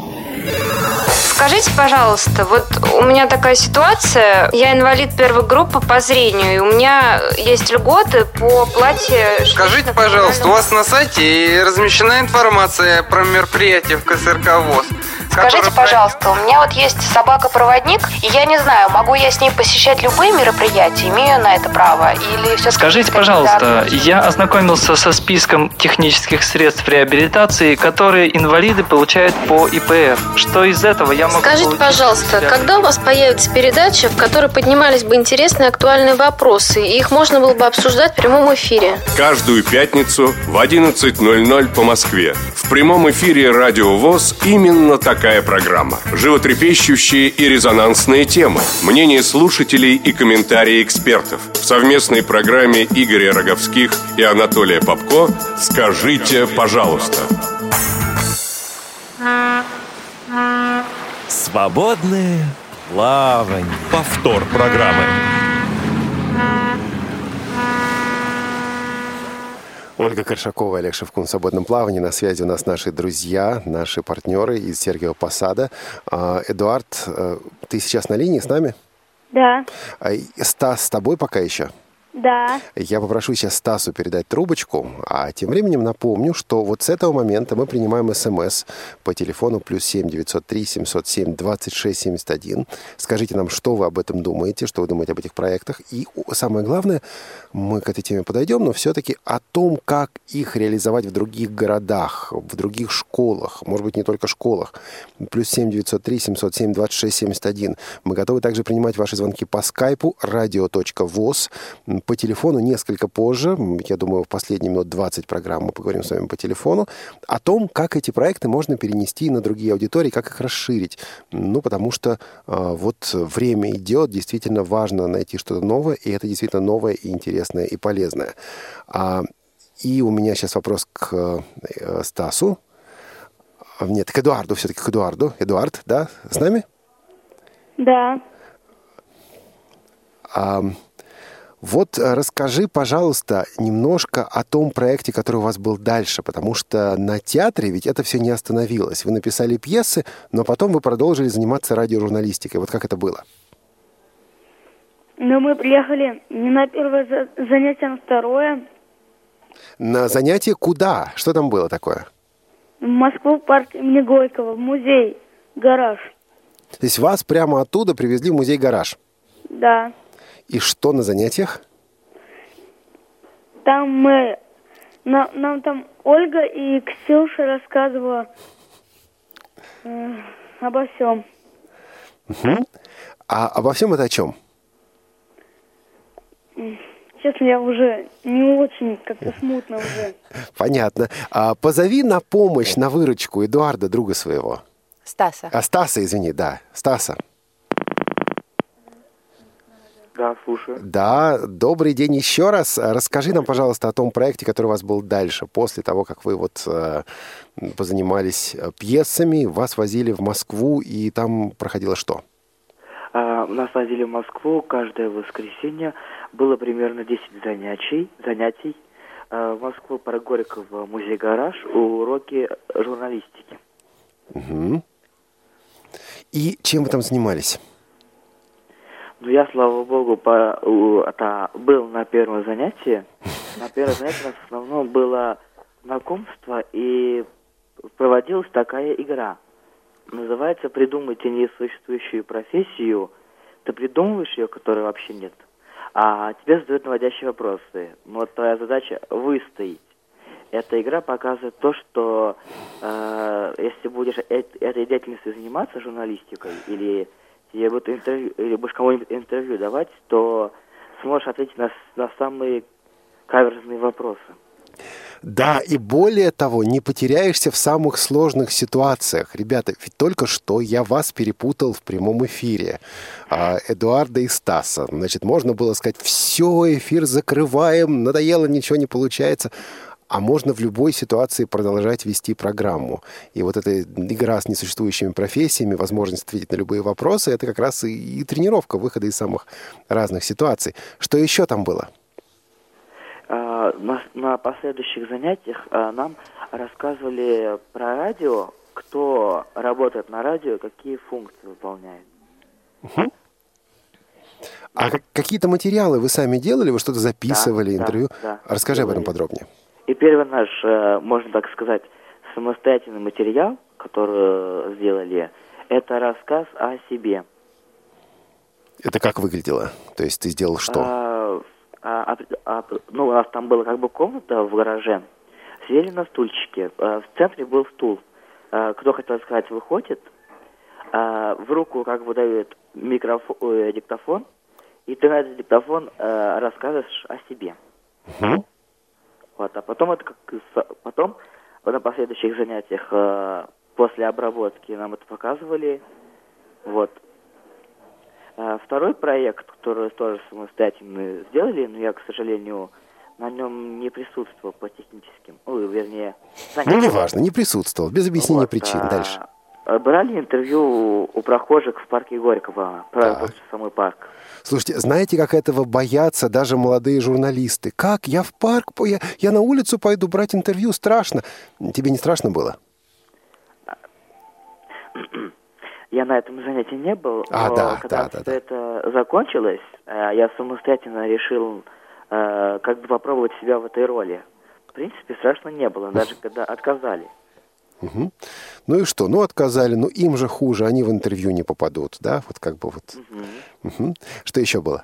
Speaker 13: Скажите, пожалуйста, вот у меня такая ситуация, я инвалид первой группы по зрению, и у меня есть льготы по оплате...
Speaker 14: Скажите, пожалуйста, у вас на сайте размещена информация про мероприятие в ка эс эр ка ВОС?
Speaker 13: Скажите, пожалуйста, у меня вот есть собака-проводник, и я не знаю, могу я с ней посещать любые мероприятия, имею на это право, или все-таки...
Speaker 15: Скажите, пожалуйста, я ознакомился со списком технических средств реабилитации, которые инвалиды получают по и пэ эф. Что из этого я могу
Speaker 13: Скажите,
Speaker 15: получить?
Speaker 13: Пожалуйста, когда у вас появится передача, в которой поднимались бы интересные актуальные вопросы, и их можно было бы обсуждать в прямом эфире?
Speaker 16: Каждую пятницу в одиннадцать ноль ноль по Москве. В прямом эфире Радио ВОС именно такая программа. Животрепещущие и резонансные темы, мнения слушателей и комментарии экспертов. В совместной программе Игоря Роговских и Анатолия Попко «Скажите, пожалуйста».
Speaker 17: Свободное плавание. Повтор программы.
Speaker 2: Ольга Коршакова и Олег Шевкун в «Свободном плавании». На связи у нас наши друзья, наши партнеры из Сергиева Посада. Эдуард, ты сейчас на линии с нами?
Speaker 11: Да.
Speaker 2: Стас с тобой пока еще?
Speaker 11: Да.
Speaker 2: Я попрошу сейчас Стасу передать трубочку, а тем временем напомню, что вот с этого момента мы принимаем СМС по телефону плюс семь девятьсот три семьсот семь двадцать шесть семьдесят один. Скажите нам, что вы об этом думаете, что вы думаете об этих проектах. И самое главное, мы к этой теме подойдем, но все-таки о том, как их реализовать в других городах, в других школах, может быть, не только школах. Плюс семь девятьсот три семьсот семь двадцать шесть семьдесят один. Мы готовы также принимать ваши звонки по скайпу радио точка воз. По телефону несколько позже, я думаю, в последние минут двадцать программ мы поговорим с вами по телефону, о том, как эти проекты можно перенести на другие аудитории, как их расширить. Ну, потому что э, вот время идет, действительно важно найти что-то новое, и это действительно новое, и интересное, и полезное. А, и у меня сейчас вопрос к э, Стасу. Нет, к Эдуарду все-таки, к Эдуарду. Эдуард, да, с нами?
Speaker 11: Да.
Speaker 2: А, Вот расскажи, пожалуйста, немножко о том проекте, который у вас был дальше, потому что на театре ведь это все не остановилось. Вы написали пьесы, но потом вы продолжили заниматься радиожурналистикой. Вот как это было?
Speaker 11: Ну, мы приехали не на первое занятие, а на второе.
Speaker 2: На занятие куда? Что там было такое?
Speaker 11: В Москву, в парк имени Горького, в музей, гараж.
Speaker 2: То есть вас прямо оттуда привезли в музей-гараж?
Speaker 11: Да.
Speaker 2: И что на занятиях?
Speaker 11: Там мы... Нам, нам там Ольга и Ксюша рассказывала э, обо всем.
Speaker 2: Угу. А обо всем это о чем?
Speaker 11: Честно, я уже не очень, как-то смутно уже.
Speaker 2: Понятно. А позови на помощь, на выручку Эдуарда, друга своего.
Speaker 6: Стаса.
Speaker 2: А, Стаса, извини, да. Стаса.
Speaker 7: Да, слушаю.
Speaker 2: Да, добрый день еще раз. Расскажи нам, пожалуйста, о том проекте, который у вас был дальше, после того, как вы вот э, позанимались пьесами, вас возили в Москву, и там проходило что?
Speaker 7: А, нас возили в Москву каждое воскресенье. Было примерно десять занятий. занятий. А, в Москву, парк Горького, музей-гараж, уроки журналистики.
Speaker 2: Угу. И чем вы там занимались?
Speaker 7: Ну, я, слава богу, по, у, это, был на первом занятии. На первом занятии у нас в основном было знакомство, и проводилась такая игра. Называется «Придумайте несуществующую профессию». Ты придумываешь ее, которой вообще нет, а тебе задают наводящие вопросы. Но твоя задача — выстоять. Эта игра показывает то, что э, если будешь э- этой деятельностью заниматься, журналистикой, или тебе будут интервью, или будешь кому-нибудь интервью давать, то сможешь ответить на, на самые каверзные вопросы.
Speaker 2: Да, и более того, не потеряешься в самых сложных ситуациях. Ребята, ведь только что я вас перепутал в прямом эфире. А, Эдуарда и Стаса. Значит, можно было сказать: все, эфир закрываем, надоело, ничего не получается. А можно в любой ситуации продолжать вести программу. И вот эта игра с несуществующими профессиями, возможность ответить на любые вопросы, это как раз и, и тренировка выхода из самых разных ситуаций. Что еще там было?
Speaker 7: А, на, на последующих занятиях а, нам рассказывали про радио, кто работает на радио, какие функции выполняет.
Speaker 2: Угу. А как, какие-то материалы вы сами делали? Вы что-то записывали,
Speaker 7: да,
Speaker 2: интервью?
Speaker 7: Да, да,
Speaker 2: Расскажи
Speaker 7: делали.
Speaker 2: об этом подробнее.
Speaker 7: И первый наш, можно так сказать, самостоятельный материал, который сделали, это рассказ о себе.
Speaker 2: Это как выглядело? То есть ты сделал что?
Speaker 7: А, а, а, ну, у нас там была как бы комната в гараже. Сидели на стульчике. В центре был стул. Кто хотел сказать, выходит. В руку как бы дают микрофон, диктофон. И ты на этот диктофон рассказываешь о себе.
Speaker 2: Угу.
Speaker 7: Вот, а потом, это как, потом на последующих занятиях э, после обработки нам это показывали. Вот. А второй проект, который тоже самостоятельно сделали, но я, к сожалению, на нем не присутствовал по техническим, ну, вернее...
Speaker 2: Ну, неважно, не присутствовал, без объяснения
Speaker 7: вот,
Speaker 2: причин.
Speaker 7: А,
Speaker 2: Дальше.
Speaker 7: Брали интервью у прохожих в парке Горького, про тот же самый парк.
Speaker 2: Слушайте, знаете, как этого боятся даже молодые журналисты? Как? Я в парк, я, я на улицу пойду брать интервью, страшно. Тебе не страшно было?
Speaker 7: Я на этом занятии не был,
Speaker 2: а,
Speaker 7: но
Speaker 2: да,
Speaker 7: когда
Speaker 2: да, да,
Speaker 7: все да. это закончилось, я самостоятельно решил э, как бы попробовать себя в этой роли. В принципе, страшно не было, даже когда отказали.
Speaker 2: Угу. Ну и что? Ну, отказали, ну им же хуже, они в интервью не попадут, да? Вот как бы вот. Угу. Угу. Что еще было?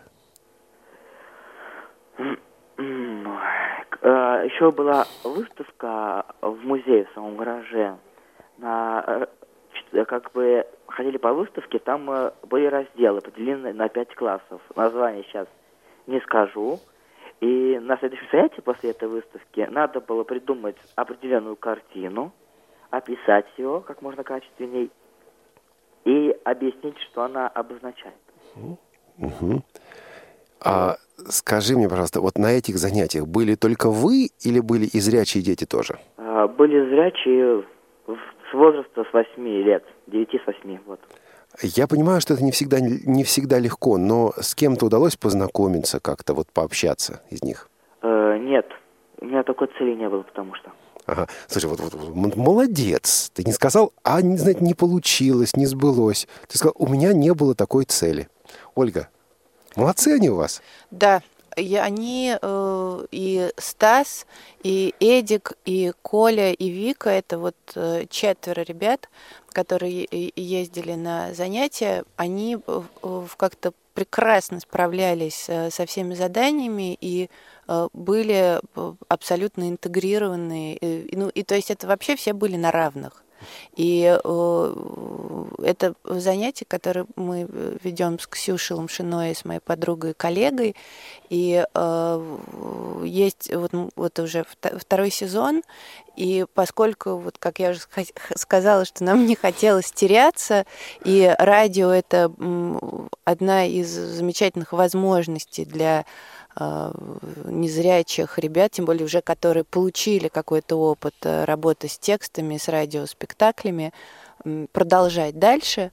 Speaker 7: Еще была выставка в музее в самом гараже. На, как бы ходили по выставке, там были разделы, поделены на пять классов. Название сейчас не скажу. И на следующем занятии после этой выставки надо было придумать определенную картину, описать ее как можно качественней и объяснить, что она обозначает.
Speaker 2: Угу. А скажи мне, пожалуйста, вот на этих занятиях были только вы или были и зрячие дети тоже?
Speaker 7: А, были зрячие с возраста с восьми лет, девяти с восьми, вот.
Speaker 2: Я понимаю, что это не всегда, не всегда легко, но с кем-то удалось познакомиться, как-то вот пообщаться из них?
Speaker 7: Э, нет, у меня такой цели не было, потому что...
Speaker 2: Ага. Слушай, вот, вот, вот молодец. Ты не сказал, а, не, знаете, не получилось, не сбылось. Ты сказал, у меня не было такой цели. Ольга, молодцы они у вас.
Speaker 6: Да, и они, э, и Стас, и Эдик, и Коля, и Вика, это вот э, четверо ребят, которые ездили на занятия, они э, как-то прекрасно справлялись э, со всеми заданиями и э, были абсолютно интегрированы. И, ну, и то есть это вообще все были на равных. И э, это занятие, которое мы ведем с Ксюшей Ломшиной, с моей подругой и коллегой. И э, есть вот, вот уже второй сезон. И поскольку, вот как я уже сказала, что нам не хотелось теряться, и радио — это одна из замечательных возможностей для незрячих ребят, тем более уже которые получили какой-то опыт работы с текстами, с радиоспектаклями, продолжать дальше.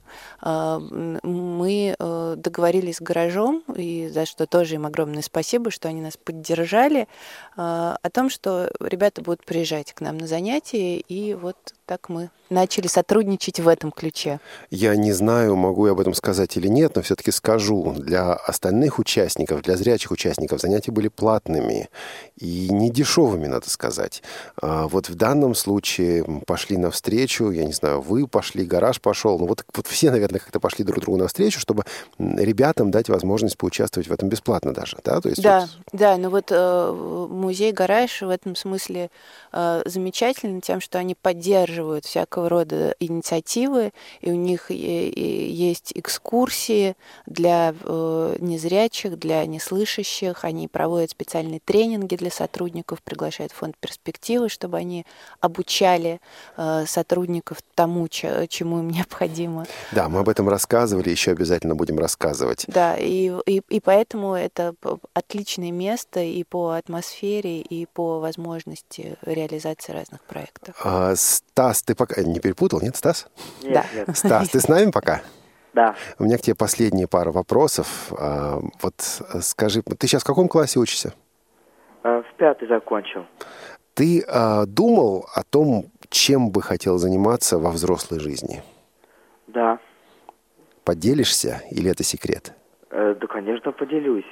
Speaker 6: Мы договорились с гаражом, и за что тоже им огромное спасибо, что они нас поддержали, о том, что ребята будут приезжать к нам на занятия, и вот так мы начали сотрудничать в этом ключе.
Speaker 2: Я не знаю, могу я об этом сказать или нет, но все-таки скажу. Для остальных участников, для зрячих участников занятия были платными и не дешевыми, надо сказать. А вот в данном случае пошли навстречу, я не знаю, вы пошли, гараж пошел, ну вот, вот все, наверное, как-то пошли друг другу навстречу, чтобы ребятам дать возможность поучаствовать в этом бесплатно даже, да? То есть
Speaker 6: да,
Speaker 2: вот...
Speaker 6: да, ну вот э, музей-гараж в этом смысле э, замечательный тем, что они поддерживают всякого рода инициативы, и у них есть экскурсии для э, незрячих, для неслышащих, они проводят специальные тренинги для сотрудников, приглашают фонд перспективы, чтобы они обучали э, сотрудников тому, чему им необходимо.
Speaker 2: Да, мы об этом рассказывали, еще обязательно будем рассказывать.
Speaker 6: Да, и, и, и поэтому это отличное место и по атмосфере, и по возможности реализации разных проектов.
Speaker 2: А, Стас, ты пока не перепутал, нет, Стас?
Speaker 7: Нет,
Speaker 6: да.
Speaker 7: нет.
Speaker 2: Стас, ты с нами пока?
Speaker 7: Да.
Speaker 2: У меня к тебе последняя пара вопросов. А, вот скажи, ты сейчас в каком классе учишься?
Speaker 7: В пятый закончил.
Speaker 2: Ты а, думал о том, чем бы хотел заниматься во взрослой жизни?
Speaker 7: Да.
Speaker 2: Поделишься или это секрет?
Speaker 7: Э, да, конечно, поделюсь.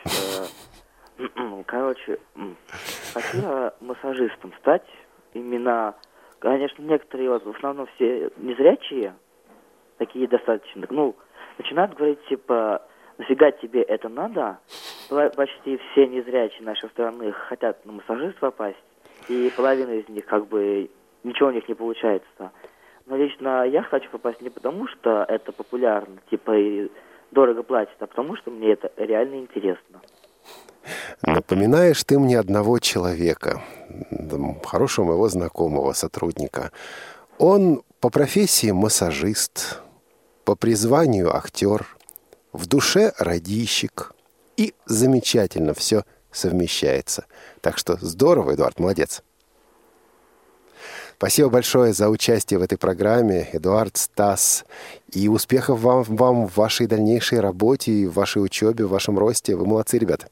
Speaker 7: Короче, хочу я массажистом стать. Именно, конечно, некоторые, вот, в основном все незрячие, такие достаточно, ну, начинают говорить, типа, нафига тебе это надо? Почти все незрячие нашей страны хотят на массажист попасть, и половина из них, как бы, ничего у них не получается. Но лично я хочу попасть не потому, что это популярно, типа, и дорого платят, а потому, что мне это реально интересно.
Speaker 2: Напоминаешь ты мне одного человека, хорошего моего знакомого, сотрудника. Он по профессии массажист, по призванию актер, в душе радищик. И замечательно все совмещается. Так что здорово, Эдуард, молодец. Спасибо большое за участие в этой программе, Эдуард, Стас. И успехов вам, вам в вашей дальнейшей работе, в вашей учебе, в вашем росте. Вы молодцы, ребята.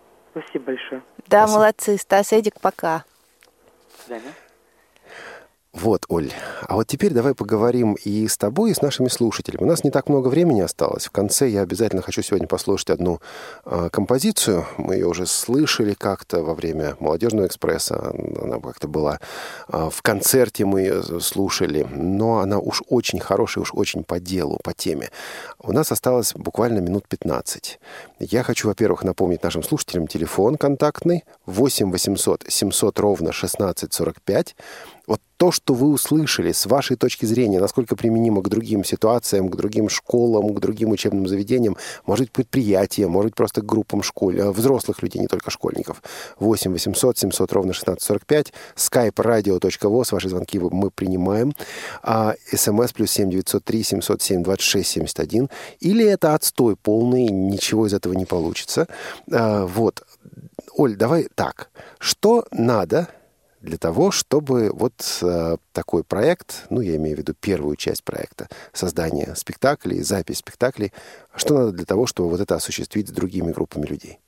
Speaker 7: Спасибо большое.
Speaker 6: Да,
Speaker 2: Спасибо.
Speaker 6: молодцы. Стас, Эдик, пока.
Speaker 7: Да, да.
Speaker 2: Вот, Оль, а вот теперь давай поговорим и с тобой, и с нашими слушателями. У нас не так много времени осталось. В конце я обязательно хочу сегодня послушать одну э, композицию. Мы ее уже слышали как-то во время «Молодежного экспресса». Она как-то была э, в концерте, мы ее слушали. Но она уж очень хорошая, уж очень по делу, по теме. У нас осталось буквально минут пятнадцать. Я хочу, во-первых, напомнить нашим слушателям телефон контактный восемь восемьсот семьсот ровно шестнадцать сорок пять. Вот то, что вы услышали с вашей точки зрения, насколько применимо к другим ситуациям, к другим школам, к другим учебным заведениям, может быть, предприятиям, может быть, просто к группам школ... взрослых людей, не только школьников. восемь восемьсот семьсот ровно шестнадцать сорок пять, skype radio точка voz, ваши звонки мы принимаем. А, смс плюс семь девятьсот три семьсот семь двадцать шесть семьдесят один. Или это отстой полный, ничего из этого не получится. А, вот. Оль, давай так. Что надо для того, чтобы вот э, такой проект, ну, я имею в виду первую часть проекта, создание спектаклей, запись спектаклей, что надо для того, чтобы вот это осуществить с другими группами людей?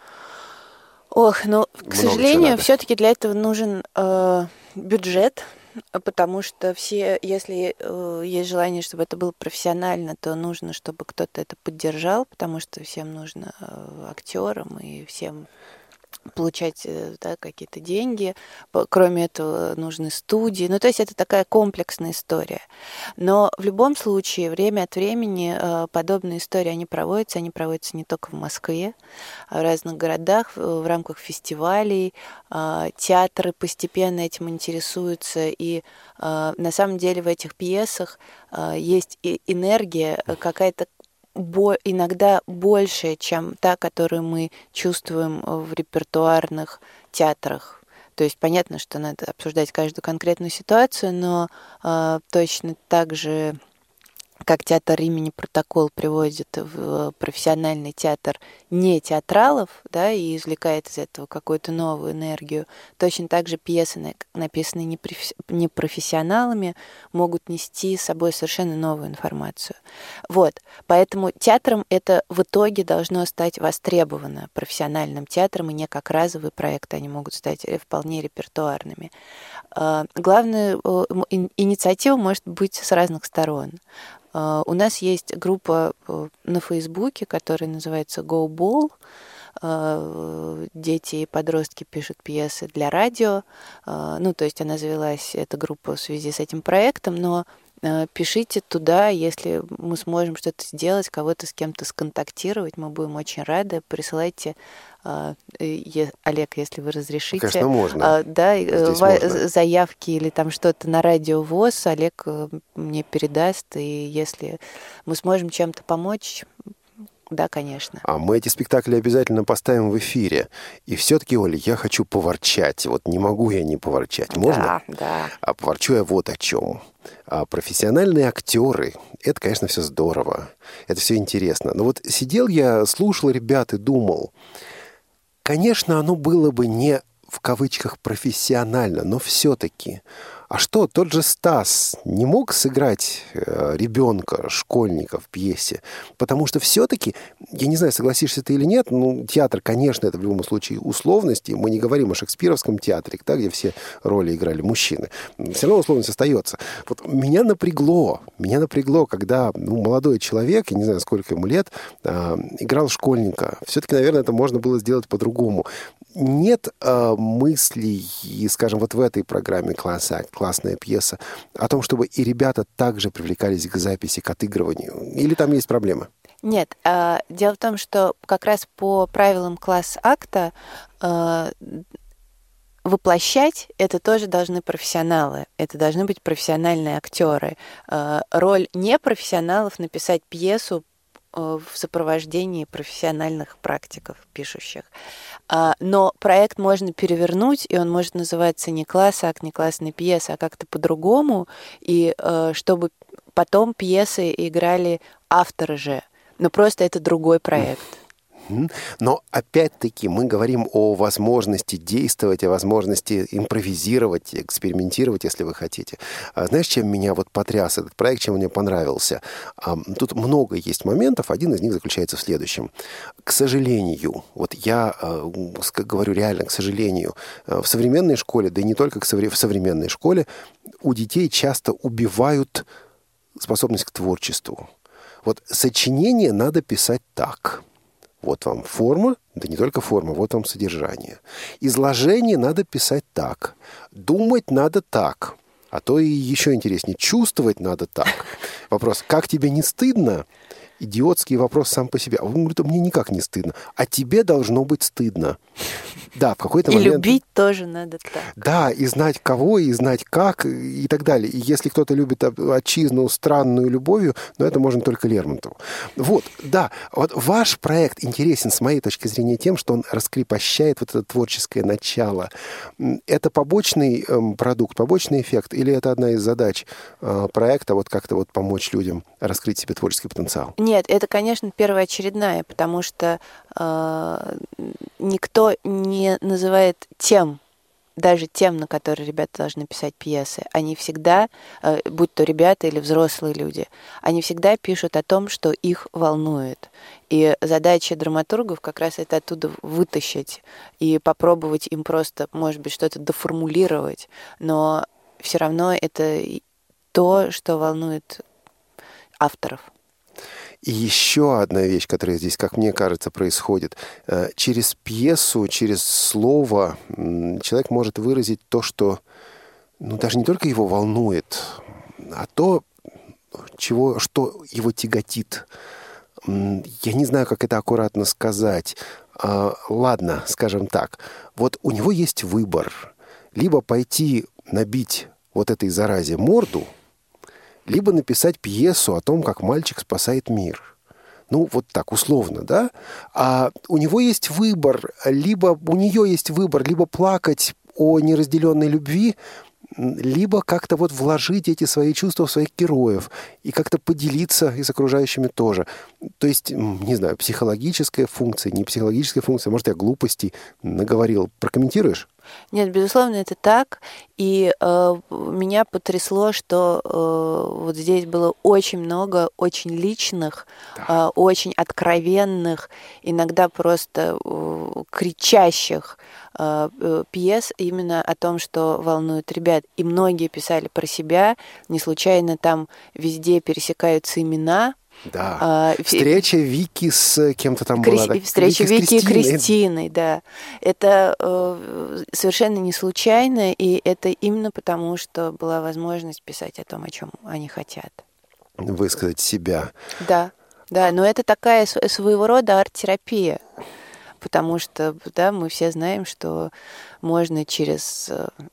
Speaker 6: Ох, ну, к
Speaker 2: Много
Speaker 6: сожалению, все-таки для этого нужен э, бюджет, потому что все, если э, есть желание, чтобы это было профессионально, то нужно, чтобы кто-то это поддержал, потому что всем нужно э, актерам и всем получать, да, какие-то деньги. Кроме этого, нужны студии. Ну, то есть это такая комплексная история. Но в любом случае, время от времени подобные истории, они проводятся. Они проводятся не только в Москве, а в разных городах, в рамках фестивалей. Театры постепенно этим интересуются. И на самом деле в этих пьесах есть энергия какая-то, иногда большая, чем та, которую мы чувствуем в репертуарных театрах. То есть понятно, что надо обсуждать каждую конкретную ситуацию, но э, точно так же, как театр имени Протокол приводит в профессиональный театр не театралов, да, и извлекает из этого какую-то новую энергию, точно так же пьесы, написанные непрофессионалами, могут нести с собой совершенно новую информацию. Вот. Поэтому театром это в итоге должно стать востребовано, профессиональным театром, и не как разовый проект, они могут стать вполне репертуарными. Главная инициатива может быть с разных сторон. У нас есть группа на Фейсбуке, которая называется Go Ball. Дети и подростки пишут пьесы для радио. Ну, то есть она завелась, эта группа, в связи с этим проектом, но пишите туда, если мы сможем что-то сделать, кого-то с кем-то сконтактировать, мы будем очень рады. Присылайте, Олег, если вы разрешите,
Speaker 2: конечно, можно.
Speaker 6: Да,
Speaker 2: можно.
Speaker 6: заявки или там что-то на радио ВОС, Олег мне передаст, и если мы сможем чем-то помочь, да, конечно.
Speaker 2: А мы эти спектакли обязательно поставим в эфире. И все-таки, Оля, я хочу поворчать. Вот не могу я не поворчать. Можно?
Speaker 6: Да, да.
Speaker 2: А поворчу я вот о чем. А профессиональные актеры, это, конечно, все здорово. Это все интересно. Но вот сидел я, слушал ребят и думал, конечно, оно было бы не в кавычках профессионально, но все-таки. А что, тот же Стас не мог сыграть э, ребенка, школьника в пьесе? Потому что все-таки, я не знаю, согласишься ты или нет, ну, театр, конечно, это в любом случае условности. Мы не говорим о шекспировском театре, да, где все роли играли мужчины. Все равно условность остается. Вот меня напрягло, меня напрягло, когда ну, молодой человек, я не знаю, сколько ему лет, э, играл школьника. Все-таки, наверное, это можно было сделать по-другому. Нет э, мыслей, и, скажем, вот в этой программе «Класс Акт», классная пьеса, о том, чтобы и ребята также привлекались к записи, к отыгрыванию? Или там есть проблемы?
Speaker 6: Нет. Э, дело в том, что как раз по правилам класс-акта э, воплощать это тоже должны профессионалы. Это должны быть профессиональные актеры. Э, роль непрофессионалов — написать пьесу в сопровождении профессиональных практиков, пишущих. Но проект можно перевернуть, и он может называться не класс-акт, не классная пьеса, а как-то по-другому, и чтобы потом пьесы играли авторы же. Но просто это другой проект.
Speaker 2: Но опять-таки мы говорим о возможности действовать, о возможности импровизировать, экспериментировать, если вы хотите. А знаешь, чем меня вот потряс этот проект, чем мне понравился? Тут много есть моментов, один из них заключается в следующем. К сожалению, вот я говорю реально, к сожалению, в современной школе, да и не только в современной школе, у детей часто убивают способность к творчеству. Вот сочинение надо писать так. Вот вам форма, да не только форма, вот вам содержание. Изложение надо писать так. Думать надо так. А то и еще интереснее, чувствовать надо так. Вопрос, как тебе не стыдно? Идиотский вопрос сам по себе. А он говорит, мне никак не стыдно. А тебе должно быть стыдно. Да, в какой-то
Speaker 6: и
Speaker 2: момент... И
Speaker 6: любить тоже надо так.
Speaker 2: Да, и знать кого, и знать как, и так далее. И если кто-то любит отчизну странную любовью, но это можно только Лермонтову. Вот, да. Вот ваш проект интересен с моей точки зрения тем, что он раскрепощает вот это творческое начало. Это побочный эм, продукт, побочный эффект, или это одна из задач э, проекта, вот как-то вот помочь людям раскрыть себе творческий потенциал?
Speaker 6: Нет, это, конечно, первоочередная, потому что э, никто не называет тем, даже тем, на которые ребята должны писать пьесы. Они всегда, э, будь то ребята или взрослые люди, они всегда пишут о том, что их волнует. И задача драматургов как раз это оттуда вытащить и попробовать им просто, может быть, что-то доформулировать, но все равно это то, что волнует авторов.
Speaker 2: И еще одна вещь, которая здесь, как мне кажется, происходит. Через пьесу, через слово человек может выразить то, что ну, даже не только его волнует, а то, чего, что его тяготит. Я не знаю, как это аккуратно сказать. Ладно, скажем так. Вот у него есть выбор. Либо пойти набить вот этой заразе морду, либо написать пьесу о том, как мальчик спасает мир. Ну, вот так, условно, да? А у него есть выбор, либо у нее есть выбор, либо плакать о неразделенной любви, либо как-то вот вложить эти свои чувства в своих героев и как-то поделиться и с окружающими тоже. То есть, не знаю, психологическая функция, не психологическая функция, может, я глупостей наговорил. Прокомментируешь?
Speaker 6: Нет, безусловно, это так. И э, меня потрясло, что э, вот здесь было очень много очень личных, да. э, очень откровенных, иногда просто э, кричащих э, э, пьес именно о том, что волнует ребят. И многие писали про себя. Не случайно там везде пересекаются имена.
Speaker 2: Да. А, встреча Вики с кем-то там
Speaker 6: Крис...
Speaker 2: была. Так,
Speaker 6: встреча Вики, Вики и
Speaker 2: Кристиной.
Speaker 6: Кристиной, да. Это э, совершенно не случайно, и это именно потому, что была возможность писать о том, о чем они хотят.
Speaker 2: Высказать себя.
Speaker 6: Да, да, но это такая своего рода арт-терапия. Потому что, да, мы все знаем, что можно через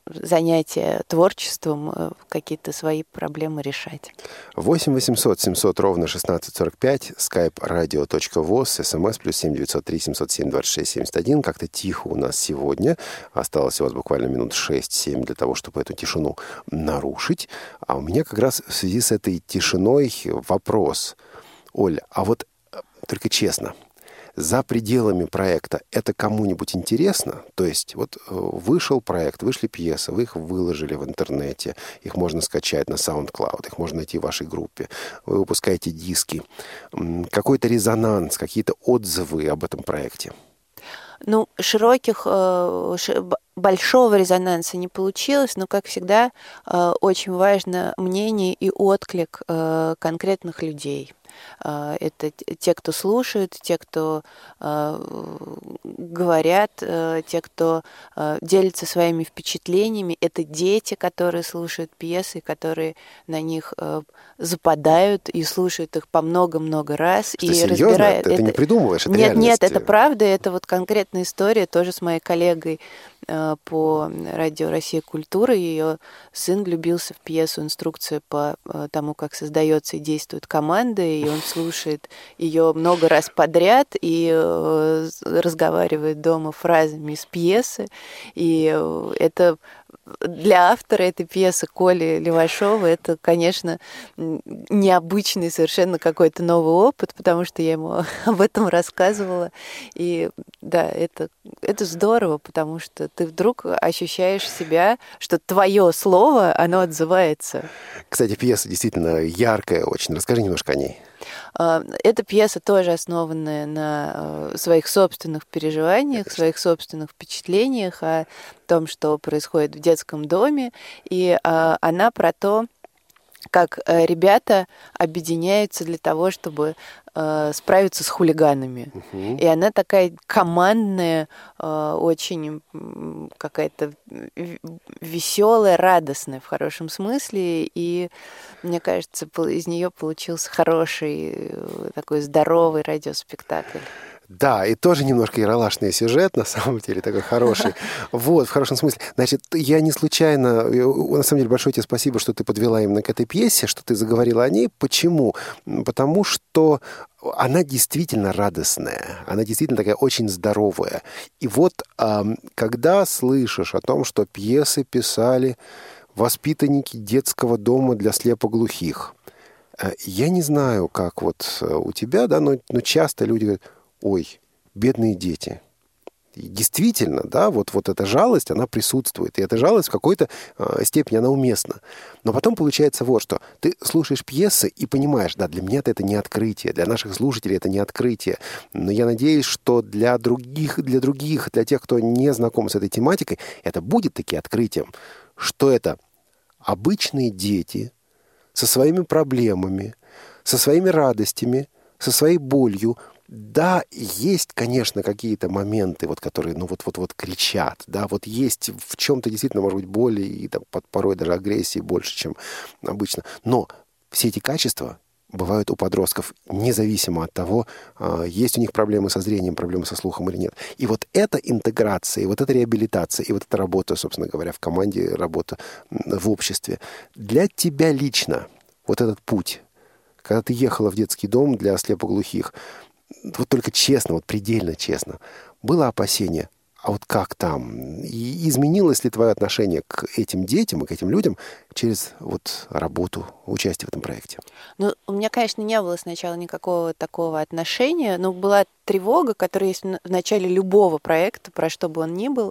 Speaker 6: занятия творчеством какие-то свои проблемы решать.
Speaker 2: восемь восемьсот семьсот ровно шестнадцать сорок пять, skype radio.voz, смс плюс семь девятьсот три семьсот семь двадцать шесть семьдесят один. Как-то тихо у нас сегодня. Осталось у вас буквально минут шесть-семь для того, чтобы эту тишину нарушить. А у меня как раз в связи с этой тишиной вопрос. Оль, а вот только честно, за пределами проекта это кому-нибудь интересно? То есть вот вышел проект, вышли пьесы, вы их выложили в интернете, их можно скачать на SoundCloud, их можно найти в вашей группе, вы выпускаете диски. Какой-то резонанс, какие-то отзывы об этом проекте?
Speaker 6: Ну, широких, большого резонанса не получилось, но, как всегда, очень важно мнение и отклик конкретных людей. Это те, кто слушают, те, кто э, говорят, э, те, кто э, делятся своими впечатлениями. Это дети, которые слушают пьесы, которые на них э, западают и слушают их по много-много раз.
Speaker 2: Что,
Speaker 6: и
Speaker 2: серьезно?
Speaker 6: разбирают.
Speaker 2: Ты это не придумываешь? Это
Speaker 6: нет,
Speaker 2: реальность.
Speaker 6: Нет, это правда. Это вот конкретная история тоже с моей коллегой э, по радио «Россия. Культура». Ее сын влюбился в пьесу «Инструкция по э, тому, как создается и действует команда», и он слушает ее много раз подряд и э, разговаривает дома фразами из пьесы. И э, это для автора этой пьесы Коли Левашова это, конечно, необычный совершенно какой-то новый опыт, потому что я ему об этом рассказывала. И да, это, это здорово, потому что ты вдруг ощущаешь себя, что твое слово, оно отзывается.
Speaker 2: Кстати, пьеса действительно яркая очень. Расскажи немножко о ней.
Speaker 6: Эта пьеса тоже основанная на своих собственных переживаниях, своих собственных впечатлениях о том, что происходит в детском доме. И она про то, как ребята объединяются для того, чтобы справиться с хулиганами. Uh-huh. И она такая командная, очень какая-то веселая, радостная в хорошем смысле. И мне кажется, из нее получился хороший, такой здоровый радиоспектакль.
Speaker 2: Да, и тоже немножко ералашный сюжет, на самом деле, такой хороший. Вот, в хорошем смысле. Значит, я не случайно, на самом деле, большое тебе спасибо, что ты подвела именно к этой пьесе, что ты заговорила о ней. Почему? Потому что она действительно радостная, она действительно такая очень здоровая. И вот, когда слышишь о том, что пьесы писали воспитанники детского дома для слепоглухих, я не знаю, как вот у тебя, да, но, но часто люди говорят: ой, бедные дети. И действительно, да, вот, вот эта жалость, она присутствует. И эта жалость в какой-то э, степени, она уместна. Но потом получается вот что. Ты слушаешь пьесы и понимаешь, да, для меня это не открытие, для наших слушателей это не открытие. Но я надеюсь, что для других, для других, для тех, кто не знаком с этой тематикой, это будет таки открытием, что это обычные дети со своими проблемами, со своими радостями, со своей болью. Да, есть, конечно, какие-то моменты, вот, которые, ну, вот-вот-вот кричат, да, вот есть в чем-то действительно, может быть, боли и там, порой даже агрессии больше, чем обычно. Но все эти качества бывают у подростков, независимо от того, есть у них проблемы со зрением, проблемы со слухом или нет. И вот эта интеграция, и вот эта реабилитация, и вот эта работа, собственно говоря, в команде, работа в обществе, для тебя лично вот этот путь, когда ты ехала в детский дом для слепоглухих, вот только честно, вот предельно честно, было опасение, а вот как там? И изменилось ли твое отношение к этим детям и к этим людям через вот работу, участие в этом проекте?
Speaker 6: Ну, у меня, конечно, не было сначала никакого такого отношения, но была тревога, которая есть в начале любого проекта, про что бы он ни был.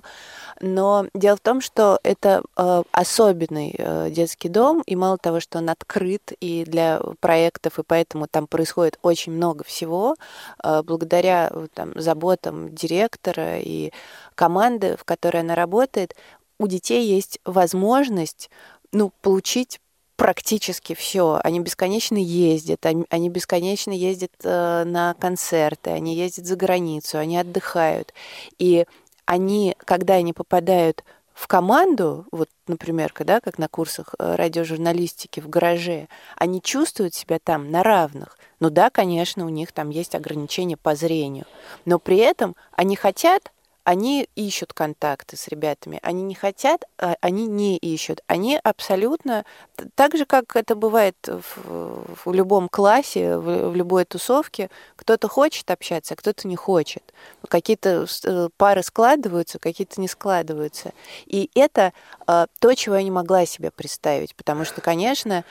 Speaker 6: Но дело в том, что это э, особенный э, детский дом, и мало того, что он открыт и для проектов, и поэтому там происходит очень много всего, э, благодаря там, заботам директора и команды, в которой она работает, у детей есть возможность, ну, получить практически все. Они бесконечно ездят, они, они бесконечно ездят э, на концерты, они ездят за границу, они отдыхают. И они, когда они попадают в команду, вот, например, когда, как на курсах радиожурналистики в гараже, они чувствуют себя там на равных. Ну да, конечно, у них там есть ограничения по зрению, но при этом они хотят, они ищут контакты с ребятами, они не хотят, они не ищут. Они абсолютно, так же, как это бывает в, в любом классе, в, в любой тусовке, кто-то хочет общаться, а кто-то не хочет. Какие-то пары складываются, какие-то не складываются. И это то, чего я не могла себе представить, потому что, конечно,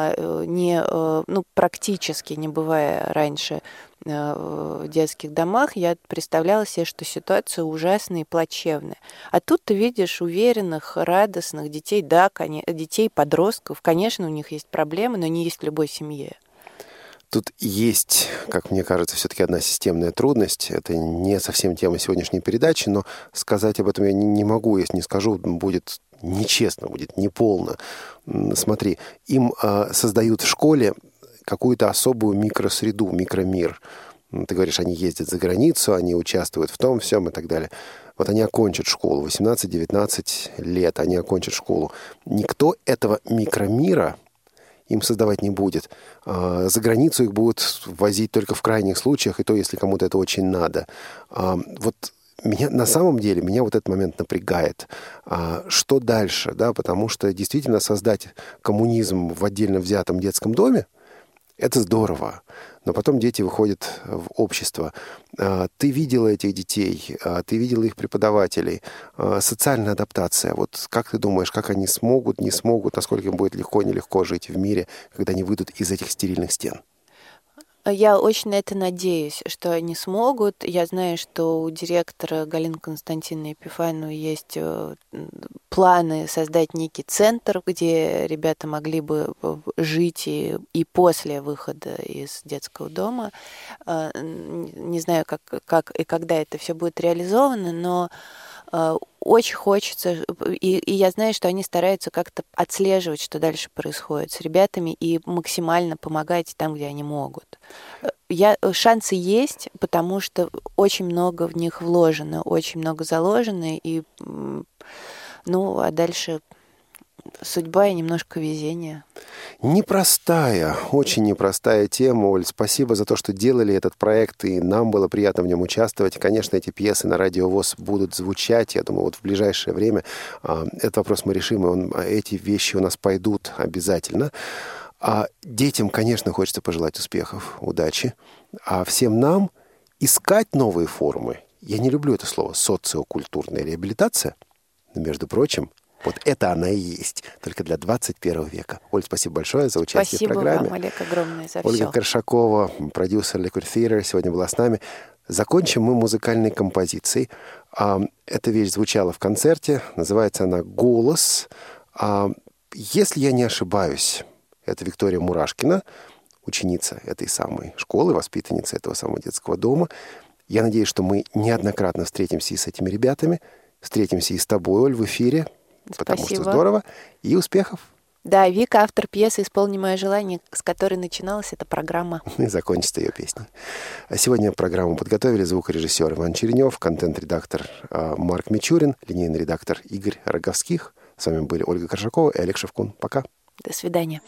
Speaker 6: не, ну, практически не бывая раньше в детских домах, я представляла себе, что ситуация ужасная и плачевная. А тут ты видишь уверенных, радостных детей, да, детей, подростков. Конечно, у них есть проблемы, но они есть в любой семье.
Speaker 2: Тут есть, как мне кажется, все-таки одна системная трудность. Это не совсем тема сегодняшней передачи, но сказать об этом я не могу. Если не скажу, будет нечестно, будет неполно. Смотри, им э, создают в школе какую-то особую микросреду, микромир. Ты говоришь, они ездят за границу, они участвуют в том, всем и так далее. Вот они окончат школу, восемнадцать-девятнадцать лет, они окончат школу. Никто этого микромира им создавать не будет. За границу их будут возить только в крайних случаях, и то, если кому-то это очень надо. Вот меня, на самом деле, меня вот этот момент напрягает. Что дальше? Да? Потому что действительно создать коммунизм в отдельно взятом детском доме, это здорово. но потом дети выходят в общество. Ты видела этих детей, ты видела их преподавателей. Социальная адаптация. Вот как ты думаешь, как они смогут, не смогут, насколько им будет легко, нелегко жить в мире, когда они выйдут из этих стерильных стен?
Speaker 6: Я очень на это надеюсь, что они смогут. Я знаю, что у директора Галины Константиновны Епифановой есть планы создать некий центр, где ребята могли бы жить и, и после выхода из детского дома. Не знаю, как, как и когда это все будет реализовано, но очень хочется, и, и я знаю, что они стараются как-то отслеживать, что дальше происходит с ребятами, и максимально помогать там, где они могут. Я, шансы есть, потому что очень много в них вложено, очень много заложено, и, ну, а дальше судьба и немножко везения.
Speaker 2: Непростая, очень непростая тема, Оль. Спасибо за то, что делали этот проект, и нам было приятно в нем участвовать. Конечно, эти пьесы на Радио ВОС будут звучать. Я думаю, вот в ближайшее время а, этот вопрос мы решим, и он, эти вещи у нас пойдут обязательно. А детям, конечно, хочется пожелать успехов, удачи. А всем нам искать новые формы. Я не люблю это слово «социокультурная реабилитация», но, между прочим, вот это она и есть, только для двадцать первого века. Оль, спасибо большое за участие
Speaker 6: спасибо
Speaker 2: в программе.
Speaker 6: Спасибо вам, Олег, огромное за
Speaker 2: Ольга
Speaker 6: все.
Speaker 2: Коршакова, продюсер Liquid Theatre, сегодня была с нами. Закончим мы музыкальной композицией. Эта вещь звучала в концерте, называется она «Голос». Если я не ошибаюсь, это Виктория Мурашкина, ученица этой самой школы, воспитанница этого самого детского дома. Я надеюсь, что мы неоднократно встретимся и с этими ребятами, встретимся и с тобой, Оль, в эфире. Потому
Speaker 6: Спасибо.
Speaker 2: что здорово. И успехов.
Speaker 6: Да, Вика, автор пьесы «Исполни мое желание», с которой начиналась эта программа.
Speaker 2: И закончится ее песней. А сегодня программу подготовили звукорежиссер Иван Черенев, контент-редактор Марк Мичурин, линейный редактор Игорь Роговских. С вами были Ольга Коршакова и Олег Шевкун. Пока.
Speaker 6: До свидания.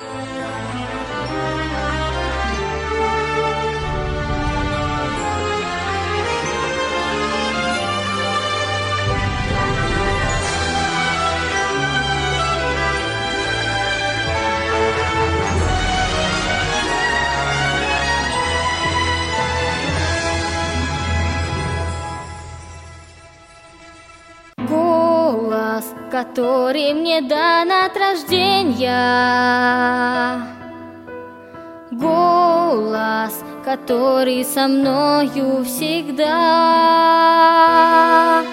Speaker 18: Голос, который мне дан от рождения, голос, который со мною всегда,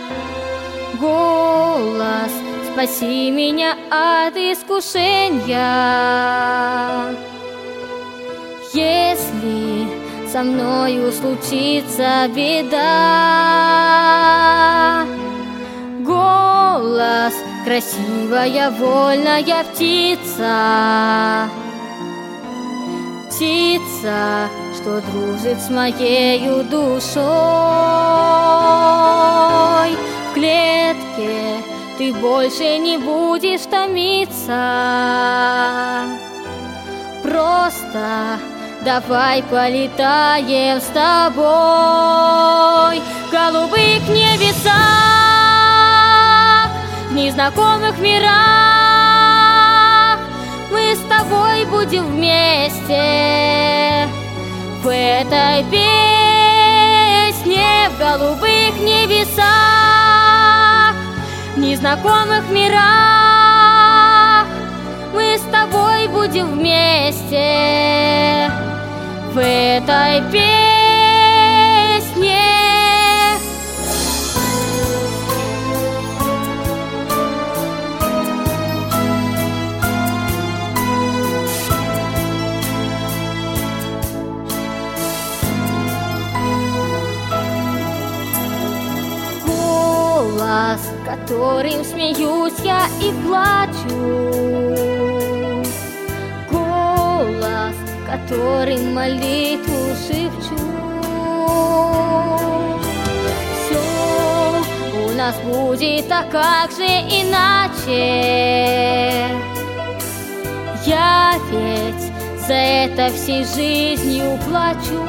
Speaker 18: голос, спаси меня от искушения. Если со мною случится беда, голос, красивая, вольная птица, птица, что дружит с моею душой. В клетке ты больше не будешь томиться, просто давай полетаем с тобой в голубых небесах, в незнакомых мирах. Мы с тобой будем вместе в этой песне, в голубых небесах, в незнакомых мирах. Мы с тобой будем вместе в этой песне. Голос, которым смеюсь я и плачу, голос, которым молитву шепчу. Все у нас будет, а как же иначе? Я ведь за это всей жизнью плачу.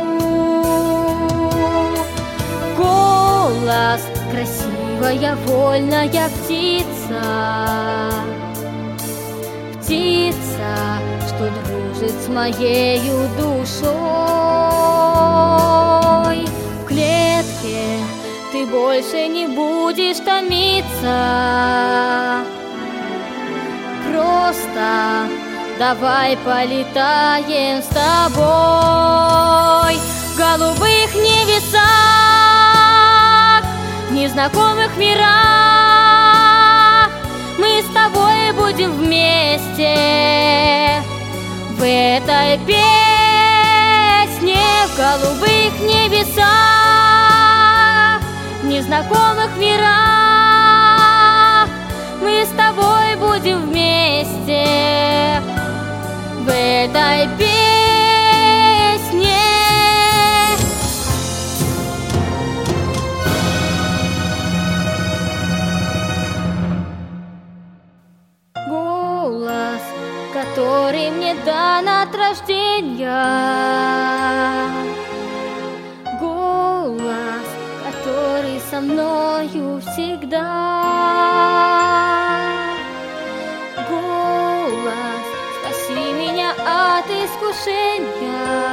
Speaker 18: Голос, красивая, вольная птица, птица, что дружит с моею душой. больше не будешь томиться. Просто давай полетаем с тобой в голубых небесах, в незнакомых мирах. Мы с тобой будем вместе в этой песне, в голубых небесах, в незнакомых мирах. Мы с тобой будем вместе в этой песне. Голос, который мне дан от рождения, голос, который со мною всегда. Голос, спаси меня от искушения.